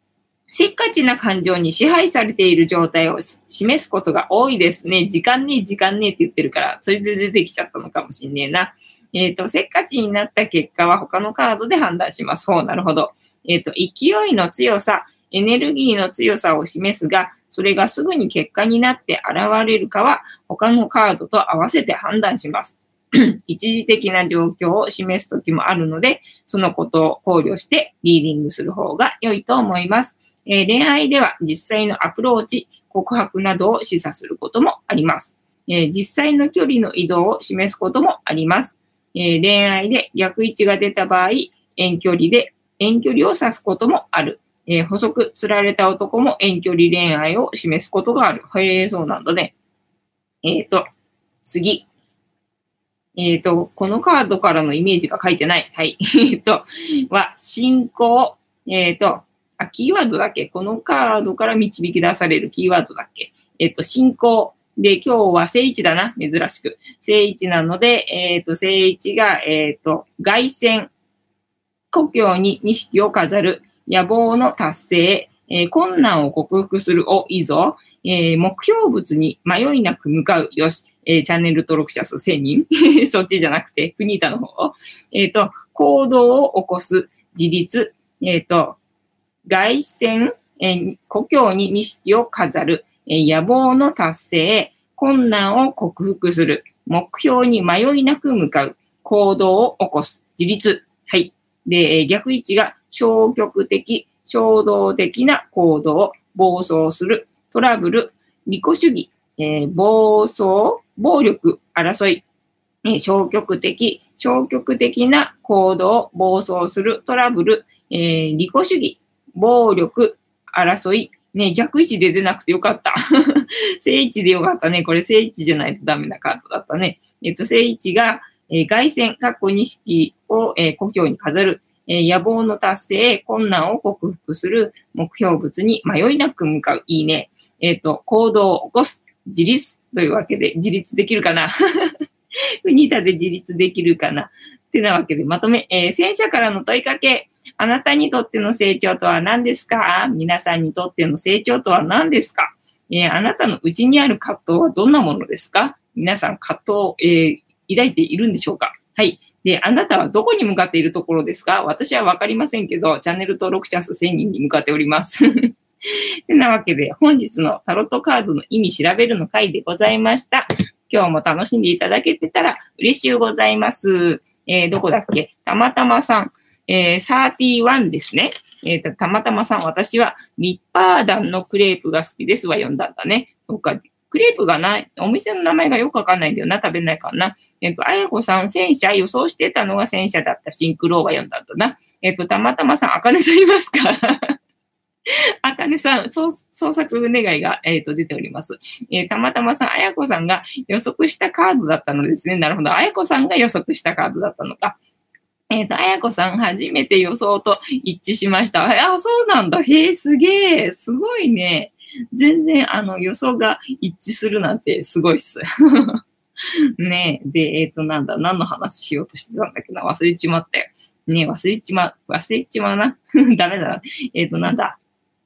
せっかちな感情に支配されている状態を示すことが多いですね。時間ねえ、時間ねえって言ってるから、それで出てきちゃったのかもしんねえな。えっ、ー、と、せっかちになった結果は他のカードで判断します。そう、なるほど。えっ、ー、と、勢いの強さ、エネルギーの強さを示すが、それがすぐに結果になって現れるかは、他のカードと合わせて判断します。一時的な状況を示すときもあるので、そのことを考慮してリーディングする方が良いと思います。えー、恋愛では実際のアプローチ、告白などを示唆することもあります。えー、実際の距離の移動を示すこともあります。えー、恋愛で逆位置が出た場合、遠距離で遠距離を指すこともある。えー、細く釣られた男も遠距離恋愛を示すことがある。へえ、そうなんだね。えっ、ー、と、次。えっ、ー、と、このカードからのイメージが書いてない。はい。えっと、は、進行。えっ、ー、と、あ、キーワードだっけ？このカードから導き出されるキーワードだっけ？えっ、と、進行。で、今日は正位置だな。珍しく。正位置なので、えっ、と、正位置が、えっ、と、凱旋。故郷に錦を飾る。野望の達成。えー、困難を克服する。お、いいぞ。えー、目標物に迷いなく向かう。よし。えー、チャンネル登録者数せんにんそっちじゃなくて、フニータの方。えっ、と、行動を起こす。自立。えっ、と、凱旋、えー、故郷に錦を飾る、えー、野望の達成、困難を克服する、目標に迷いなく向かう、行動を起こす、自立。はい。で、逆位置が消極的、衝動的な行動、暴走する、トラブル、利己主義、えー、暴走、暴力、争い、えー、消極的、消極的な行動、暴走する、トラブル、えー、利己主義、暴力、争い。ね、逆位置で出なくてよかった。正位置でよかったね。これ正位置じゃないとダメなカードだったね。えっと、正位置が、えー、凱旋、かっこ錦を、えー、故郷に飾る、えー、野望の達成、困難を克服する、目標物に迷いなく向かう。いいね。えっと、行動を起こす、自立というわけで、自立できるかなフニータで自立できるかなってなわけで、まとめ、えー、戦車からの問いかけ。あなたにとっての成長とは何ですか？皆さんにとっての成長とは何ですか？えー、あなたの内にある葛藤はどんなものですか？皆さん葛藤を、えー、抱いているんでしょうか？はい。で、あなたはどこに向かっているところですか？私はわかりませんけど、チャンネル登録者数せんにんに向かっております。てなわけで、本日のタロットカードの意味調べるの回でございました。今日も楽しんでいただけてたら嬉しゅうございます。えー、どこだっけ？たまたまさん。えー、さんじゅういちですね。えーと、たまたまさん、私はリッパーダンのクレープが好きですは読んだんだね。そうか、クレープがない、お店の名前がよくわかんないんだよな、食べないからな。えっ、ー、と、あやこさん、戦車、予想してたのが戦車だったシンクローは読んだんだな。えっ、ー、と、たまたまさん、あかねさんいますか？あかねさん、創作願いが、えー、と出ております。えー、たまたまさん、あやこさんが予測したカードだったのですね。なるほど。あやこさんが予測したカードだったのか。えっ、ー、と、あやこさん、初めて予想と一致しました。あ、そうなんだ。へえ、すげえ。すごいね。全然、あの、予想が一致するなんてすごいっす。ねえ。で、えっ、ー、と、なんだ、何の話しようとしてたんだっけな。忘れちまったよ。ねえ、忘れちま、忘れちまうな。ダメだな。えっ、ー、と、なんだ。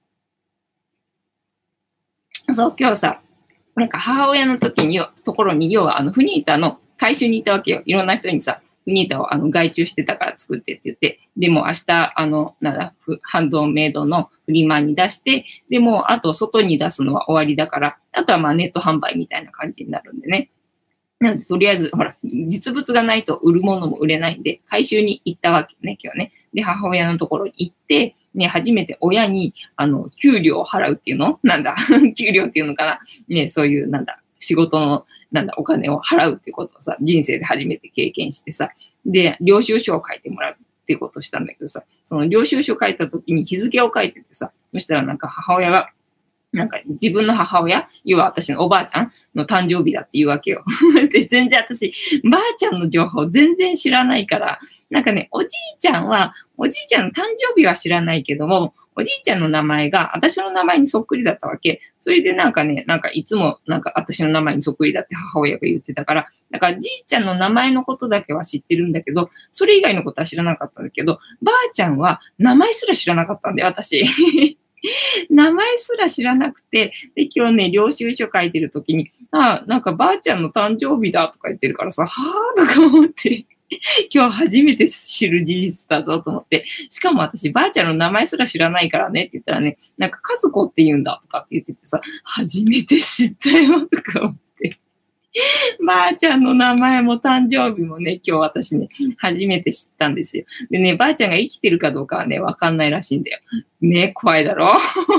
そう、今日さ、なんか母親の時に、ところに、要は、あの、フニータの回収に行ったわけよ。いろんな人にさ、フニータをあの外注してたから作ってって言って、でも明日、あの、なんだ、ハンドメイドのフリマに出して、でも、あと外に出すのは終わりだから、あとはまあネット販売みたいな感じになるんでね。なので、とりあえず、ほら、実物がないと売るものも売れないんで、回収に行ったわけね、今日ね。で、母親のところに行って、ね、初めて親に、あの、給料を払うっていうのなんだ給料っていうのかなね、そういう、なんだ、仕事の、なんだ、お金を払うっていうことをさ、人生で初めて経験してさ、で、領収書を書いてもらうっていうことをしたんだけどさ、その領収書を書いた時に日付を書いててさ、そしたらなんか母親が、なんか自分の母親、要は私のおばあちゃんの誕生日だって言うわけよ。で、全然私、ばあちゃんの情報全然知らないから、なんかね、おじいちゃんは、おじいちゃんの誕生日は知らないけども、おじいちゃんの名前が私の名前にそっくりだったわけ。それでなんかね、なんかいつもなんか私の名前にそっくりだって母親が言ってたから、だからじいちゃんの名前のことだけは知ってるんだけど、それ以外のことは知らなかったんだけど、ばあちゃんは名前すら知らなかったんだよ、私。 名前すら知らなくて、で、今日ね、領収書書いてる時に、ああ、なんかばあちゃんの誕生日だとか言ってるからさ、はぁとか思って、今日初めて知る事実だぞと思って、しかも私、ばあちゃんの名前すら知らないからねって言ったらね、なんか和子って言うんだとかって言っててさ、初めて知ったよとか思って。ばあちゃんの名前も誕生日もね、今日私ね、初めて知ったんですよ。でね、ばあちゃんが生きてるかどうかはね、わかんないらしいんだよ。ね、怖いだろ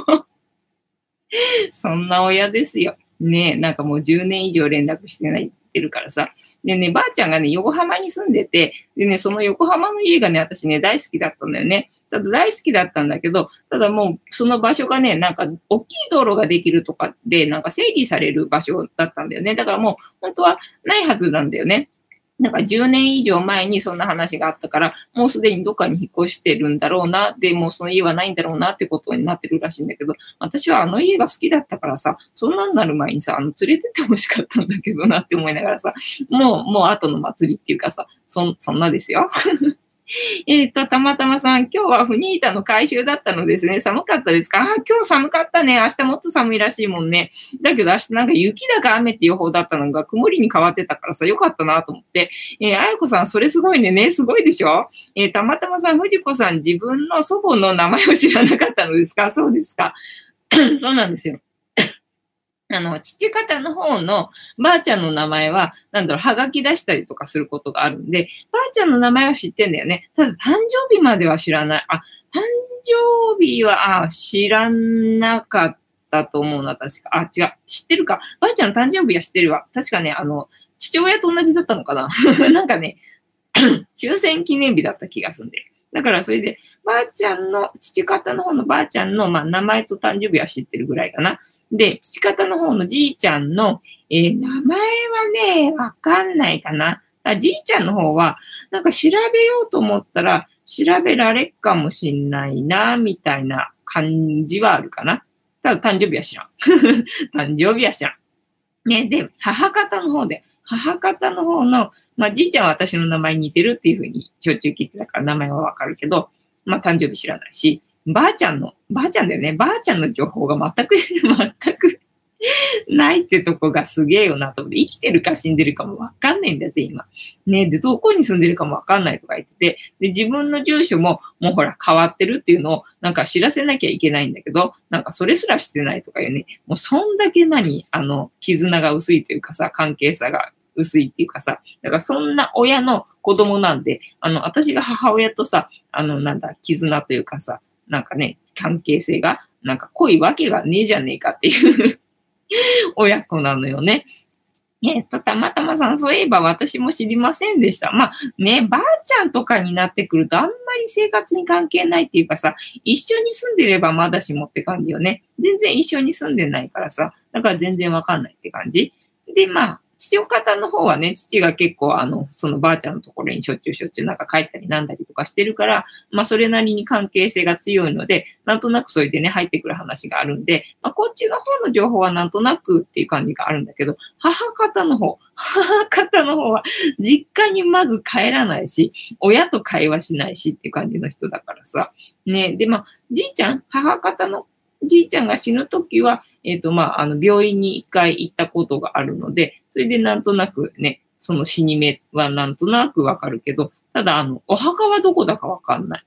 そんな親ですよ。ね、なんかもうじゅうねん以上連絡してないって言ってるからさ。でね、ばあちゃんがね、横浜に住んでて、でね、その横浜の家がね、私ね、大好きだったんだよね。ただ大好きだったんだけど、ただもうその場所がね、なんか大きい道路ができるとかで、なんか整理される場所だったんだよね。だからもう本当はないはずなんだよね。なんかじゅうねん以上前にそんな話があったから、もうすでにどっかに引っ越してるんだろうな、で、もうその家はないんだろうなってことになってるらしいんだけど、私はあの家が好きだったからさ、そんなんなる前にさ、あの、連れてって欲しかったんだけどなって思いながらさ、もう、もう後の祭りっていうかさ、そん、そんなですよ。えっと、たまたまさん、今日はフニータの回収だったのですね。寒かったですか？あ、今日寒かったね。明日もっと寒いらしいもんね。だけど明日なんか雪だか雨って予報だったのが曇りに変わってたからさ、よかったなと思って。えー、あやこさん、それすごいね。ね、すごいでしょ？えー、たまたまさん、藤子さん、自分の祖母の名前を知らなかったのですか？そうですか。そうなんですよ。あの、父方の方のばあちゃんの名前は、なんだろう、はがき出したりとかすることがあるんで、ばあちゃんの名前は知ってんだよね。ただ、誕生日までは知らない。あ、誕生日は、あ、知らなかったと思うな、確か。あ、違う。知ってるか。ばあちゃんの誕生日は知ってるわ。確かね、あの、父親と同じだったのかな。なんかね、終戦記念日だった気がするんで。だからそれで、ばあちゃんの、父方の方のばあちゃんの、まあ、名前と誕生日は知ってるぐらいかな。で、父方の方のじいちゃんの、えー名前はね、わかんないかな。あ、じいちゃんの方は、なんか調べようと思ったら、調べられっかもしんないな、みたいな感じはあるかな。ただ誕生日は知らん。誕生日は知らん。ね、で、母方の方で、母方の方の、まあ、じいちゃんは私の名前に似てるっていうふうにしょっちゅう聞いてたから名前はわかるけど、まあ、誕生日知らないし、ばあちゃんの、ばあちゃんだよね。ばあちゃんの情報が全く、全くないってとこがすげえよなと思って、生きてるか死んでるかもわかんないんだぜ、今。ね、で、どこに住んでるかもわかんないとか言ってて、で、自分の住所ももうほら変わってるっていうのをなんか知らせなきゃいけないんだけど、なんかそれすらしてないとかいうね、もうそんだけ何、あの、絆が薄いというかさ、関係さが薄いっていうかさ、だからそんな親の子供なんで、あの、私が母親とさ、あの、なんだ、絆というかさ、なんかね、関係性が、なんか濃いわけがねえじゃねえかっていう親子なのよね。えっと、たまたまさん、そういえば私も知りませんでした。まあね、ばあちゃんとかになってくるとあんまり生活に関係ないっていうかさ、一緒に住んでればまだしもって感じよね。全然一緒に住んでないからさ、だから全然わかんないって感じ。で、まあ、父方の方はね、父が結構あの、そのばあちゃんのところにしょっちゅうしょっちゅうなんか帰ったりなんだりとかしてるから、まあそれなりに関係性が強いので、なんとなくそれでね、入ってくる話があるんで、まあこっちの方の情報はなんとなくっていう感じがあるんだけど、母方の方、母方の方は実家にまず帰らないし、親と会話しないしっていう感じの人だからさ。ね、で、まあ、じいちゃん、母方のじいちゃんが死ぬときは、えっと、まあ、あの、病院に一回行ったことがあるので、それでなんとなくね、その死に目はなんとなくわかるけど、ただ、あの、お墓はどこだかわかんない。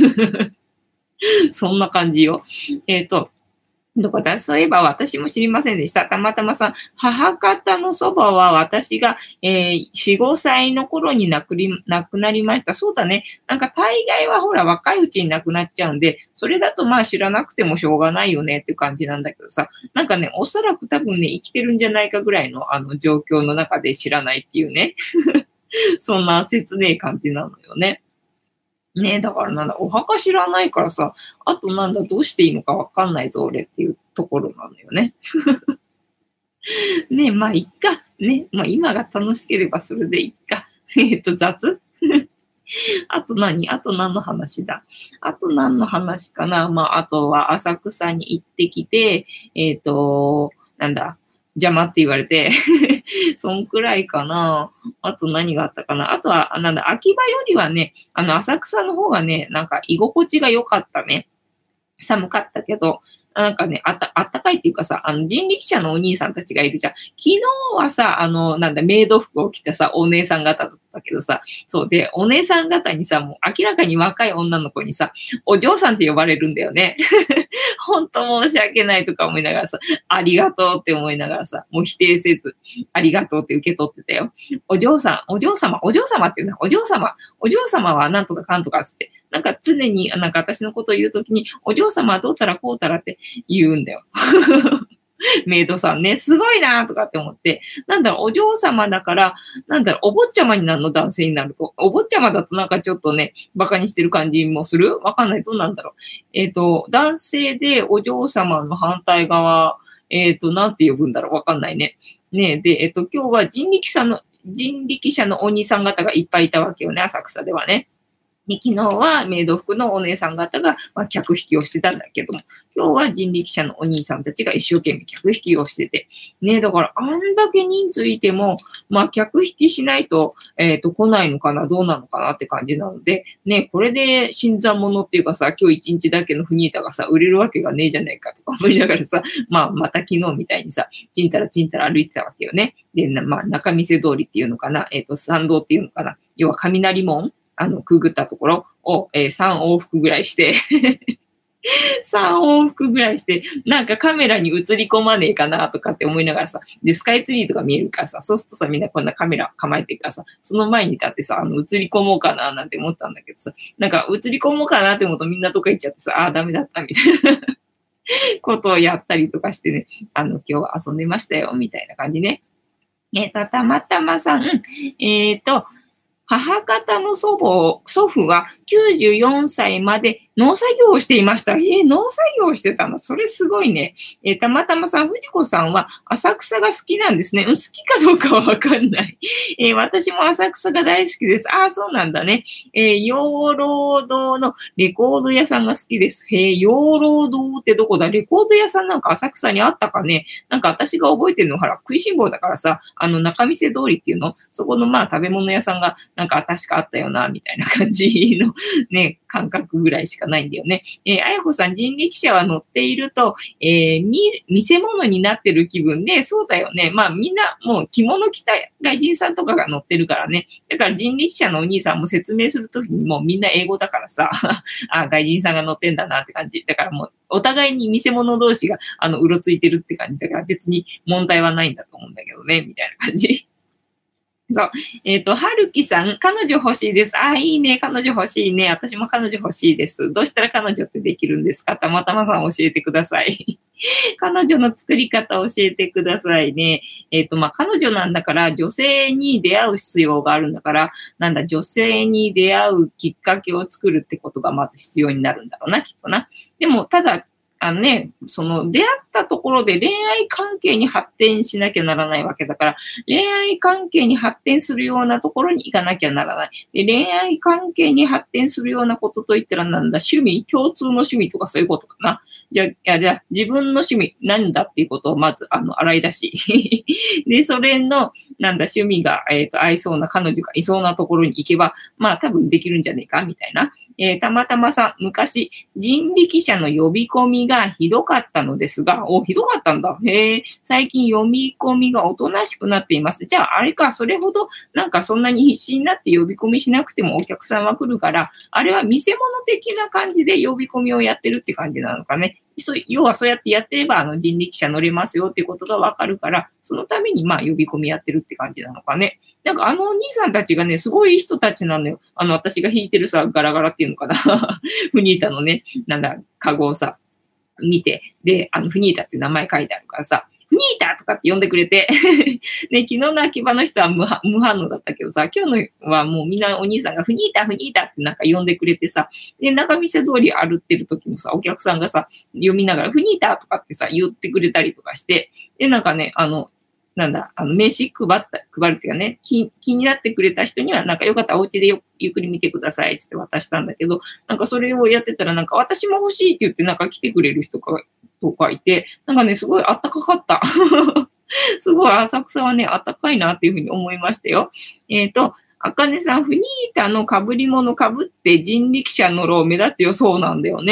そんな感じよ。えっと、どこだそういえば私も知りませんでした。たまたまさん、母方のそばは私が、えー、よん、ごさいの頃に亡くり亡くなりました。そうだね。なんか大概はほら若いうちに亡くなっちゃうんで、それだとまあ知らなくてもしょうがないよねっていう感じなんだけどさ、なんかね、おそらく多分ね、生きてるんじゃないかぐらいのあの状況の中で知らないっていうね。そんな切ねえ感じなのよね。ねえ、だからなんだ、お墓知らないからさ、あとなんだ、どうしていいのかわかんないぞ、俺っていうところなのよね。ねえ、まあ、いっか。ね、まあ、今が楽しければそれでいっか。えっと、雑あと何あと何の話だあと何の話かなまあ、あとは浅草に行ってきて、えっと、なんだ、邪魔って言われてそんくらいかな。あと何があったかな。あとは、あなんだ、秋葉よりはね、あの、浅草の方がね、なんか居心地が良かったね。寒かったけど、 なんかね、あった、あったかいっていうかさ、あの、人力車のお兄さんたちがいるじゃん。昨日はさ、あの、なんだ、メイド服を着たさ、お姉さん方だったけどさ、そうで、お姉さん方にさ、もう明らかに若い女の子にさ、お嬢さんって呼ばれるんだよね。本当申し訳ないとか思いながらさ、ありがとうって思いながらさ、もう否定せず、ありがとうって受け取ってたよ。お嬢さん、お嬢様、お嬢様っていうのは、お嬢様、お嬢様はなんとかかんとかつって、なんか常になんか私のことを言うときに、お嬢様はどうたらこうたらって言うんだよ。メイドさんね、すごいなとかって思って、なんだろう、お嬢様だから、なんだろう、お坊ちゃまになるの、男性になると。お坊ちゃまだとなんかちょっとね、馬鹿にしてる感じもするわかんない。どうなんだろう。えっと、男性でお嬢様の反対側、えっと、なんて呼ぶんだろうわかんないね。ねで、えっと、今日は人力車の、人力車のお兄さん方がいっぱいいたわけよね、浅草ではね。で、昨日はメイド服のお姉さん方が、まあ、客引きをしてたんだけども、今日は人力車のお兄さんたちが一生懸命客引きをしてて、ね、だからあんだけ人数いても、まあ、客引きしないと、えっと、来ないのかな、どうなのかなって感じなので、ね、これで新参者っていうかさ、今日一日だけのフニータがさ、売れるわけがねえじゃないかとか思いながらさ、まあ、また昨日みたいにさ、ちんたらちんたら歩いてたわけよね。で、まあ、中見世通りっていうのかな、えっと、参道っていうのかな、要は雷門あの、くぐったところを、えー、さん往復ぐらいしてさん往復ぐらいして、なんかカメラに映り込まねえかなとかって思いながらさ、で、スカイツリーとか見えるからさ、そうするとさ、みんなこんなカメラ構えてるからさ、その前に立ってさ、あの、映り込もうかななんて思ったんだけどさ、なんか映り込もうかなって思うとみんなとか行っちゃってさ、ああ、ダメだったみたいなことをやったりとかしてね、あの、今日は遊んでましたよ、みたいな感じね。えっ、と、たまたまさん、えっ、と、母方の祖母、祖父はきゅうじゅうよんさいまで農作業をしていました。えー、農作業をしてたのそれすごいね。えー、たまたまさん、藤子さんは浅草が好きなんですね。うん、好きかどうかはわかんない。えー、私も浅草が大好きです。ああ、そうなんだね。えー、養老堂のレコード屋さんが好きです。へえ、養老堂ってどこだレコード屋さんなんか浅草にあったかねなんか私が覚えてるの、ほら、食いしん坊だからさ、あの、中見世通りっていうのそこのまあ食べ物屋さんがなんか確かあったよな、みたいな感じのね、感覚ぐらいしかないんだよね。えー、あやこさん、人力車は乗っていると、えー、み、見せ物になってる気分で、そうだよね。まあみんなもう着物着た外人さんとかが乗ってるからね。だから人力車のお兄さんも説明するときにもうみんな英語だからさ、あ、外人さんが乗ってんだなって感じ。だからもうお互いに見せ物同士があの、うろついてるって感じだから別に問題はないんだと思うんだけどね、みたいな感じ。そう。えっ、ー、と、はるきさん、彼女欲しいです。あ、いいね。彼女欲しいね。私も彼女欲しいです。どうしたら彼女ってできるんですかたまたまさん教えてください。彼女の作り方教えてくださいね。えっ、ー、と、まあ、彼女なんだから、女性に出会う必要があるんだから、なんだ、女性に出会うきっかけを作るってことがまず必要になるんだろうな、きっとな。でも、ただ、あのね、その出会ったところで恋愛関係に発展しなきゃならないわけだから、恋愛関係に発展するようなところに行かなきゃならない。で、恋愛関係に発展するようなことといったらなんだ、趣味、共通の趣味とかそういうことかな。じゃあ、いや、じゃあ自分の趣味なんだっていうことをまず、あの、洗い出し。で、それの、なんだ、趣味が、えっと、合いそうな彼女がいそうなところに行けば、まあ多分できるんじゃねえか、みたいな。えー、たまたまさん、昔、人力車の呼び込みがひどかったのですが、お、ひどかったんだ。へえ、最近呼び込みがおとなしくなっています。じゃあ、あれか、それほど、なんかそんなに必死になって呼び込みしなくてもお客さんは来るから、あれは見せ物的な感じで呼び込みをやってるって感じなのかね。そう要はそうやってやってれば、あの、人力車乗れますよっていうことがわかるから、そのために、まあ、呼び込みやってるって感じなのかね。なんかあのお兄さんたちがね、すごいいい人たちなのよ。あの、私が弾いてるさ、ガラガラっていうのかな。フニータのね、なんだ、カゴをさ、見て、で、あの、フニータって名前書いてあるからさ、フニータとかって呼んでくれて、で、昨日の秋葉の人は 無, 無反応だったけどさ、今日のはもうみんなお兄さんがフニータ、フニータってなんか呼んでくれてさ、で、中見世通り歩ってる時もさ、お客さんがさ、読みながらフニータとかってさ、言ってくれたりとかして、で、なんかね、あの、なんだ、あの、名刺配った、配るっていうかね、気、気になってくれた人には、なんかよかったらお家でよゆっくり見てくださいって渡したんだけど、なんかそれをやってたら、なんか私も欲しいって言ってなんか来てくれる人が、とかいて、なんかね、すごいあったかかった。すごい浅草はね、あったかいなっていうふうに思いましたよ。えっと、あかねさん、フニータの被り物被って人力車乗ろう目立つよ。そうなんだよね。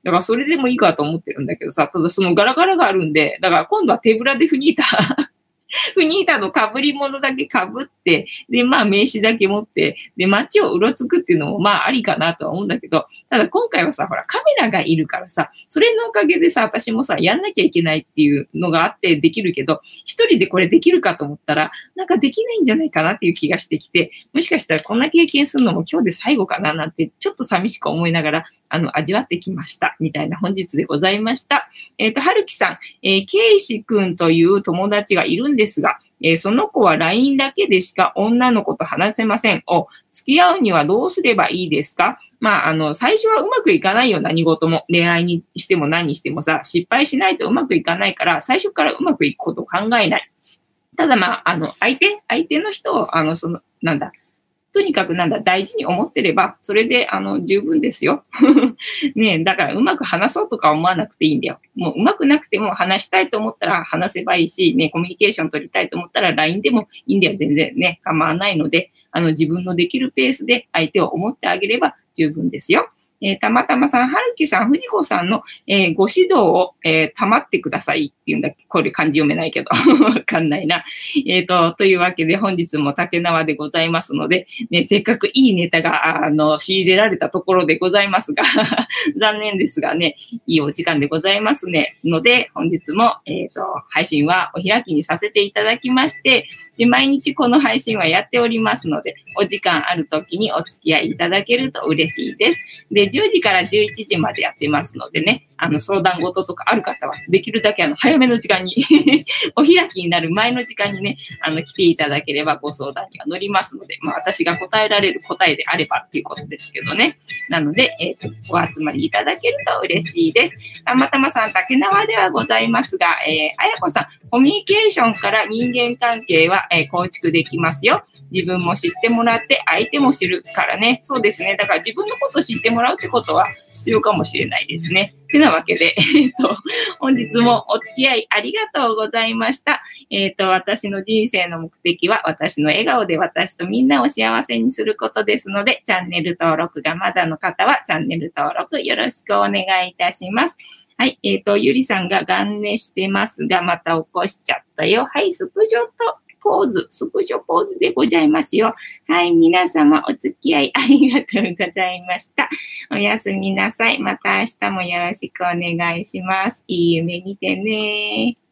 だからそれでもいいかと思ってるんだけどさ、ただそのガラガラがあるんで、だから今度は手ぶらでフニータフニータの被り物だけ被って、で、まあ名刺だけ持って、で、街をうろつくっていうのもまあありかなとは思うんだけど、ただ今回はさ、ほらカメラがいるからさ、それのおかげでさ、私もさ、やんなきゃいけないっていうのがあってできるけど、一人でこれできるかと思ったら、なんかできないんじゃないかなっていう気がしてきて、もしかしたらこんな経験するのも今日で最後かななんて、ちょっと寂しく思いながら、あの、味わってきました。みたいな本日でございました。えっと、はるきさん、えー、けいしくんという友達がいるんですが、えー、その子は ライン だけでしか女の子と話せません。お、付き合うにはどうすればいいですか？まあ、あの、最初はうまくいかないよ、何事も。恋愛にしても何にしてもさ、失敗しないとうまくいかないから、最初からうまくいくことを考えない。ただまあ、あの、相手、相手の人を、あの、その、なんだ、とにかくなんだ、大事に思ってれば、それで、あの、十分ですよ。ねえ、だからうまく話そうとか思わなくていいんだよ。もううまくなくても話したいと思ったら話せばいいし、ね、コミュニケーション取りたいと思ったら ライン でもいいんだよ。全然ね、構わないので、あの、自分のできるペースで相手を思ってあげれば十分ですよ。えー、たまたまさん、はるきさん、藤子さんの、えー、ご指導を、えー、たまってくださいっていうんだっけ。これ漢字読めないけど。わかんないな。えっと、というわけで本日も竹縄でございますので、ね、せっかくいいネタが、あの、仕入れられたところでございますが、残念ですがね、いいお時間でございますね。ので、本日も、えっと、配信はお開きにさせていただきまして、で、毎日この配信はやっておりますので、お時間ある時にお付き合いいただけると嬉しいです。で、じゅうじからじゅういちじまでやってますのでね、あの、相談事とかある方は、できるだけあの、早めの時間にお開きになる前の時間にね、あの、来ていただければご相談には乗りますので、まあ、私が答えられる答えであればっていうことですけどね。なので、えっと、お集まりいただけると嬉しいです。たまたまさん、竹縄ではございますが、えー、あやこさん、コミュニケーションから人間関係は、えー、構築できますよ。自分も知ってもらって相手も知るからね。そうですね。だから自分のことを知ってもらうってことは必要かもしれないですね。てなわけで、えっと、本日もお付き合いありがとうございました。えっと、私の人生の目的は私の笑顔で私とみんなを幸せにすることですので、チャンネル登録がまだの方はチャンネル登録よろしくお願いいたします。はい、えっと、ゆりさんが元寝してますが、また起こしちゃったよ。はい、スクショとポーズ、スクショポーズでございますよ。はい、皆様お付き合いありがとうございました。おやすみなさい。また明日もよろしくお願いします。いい夢見てね。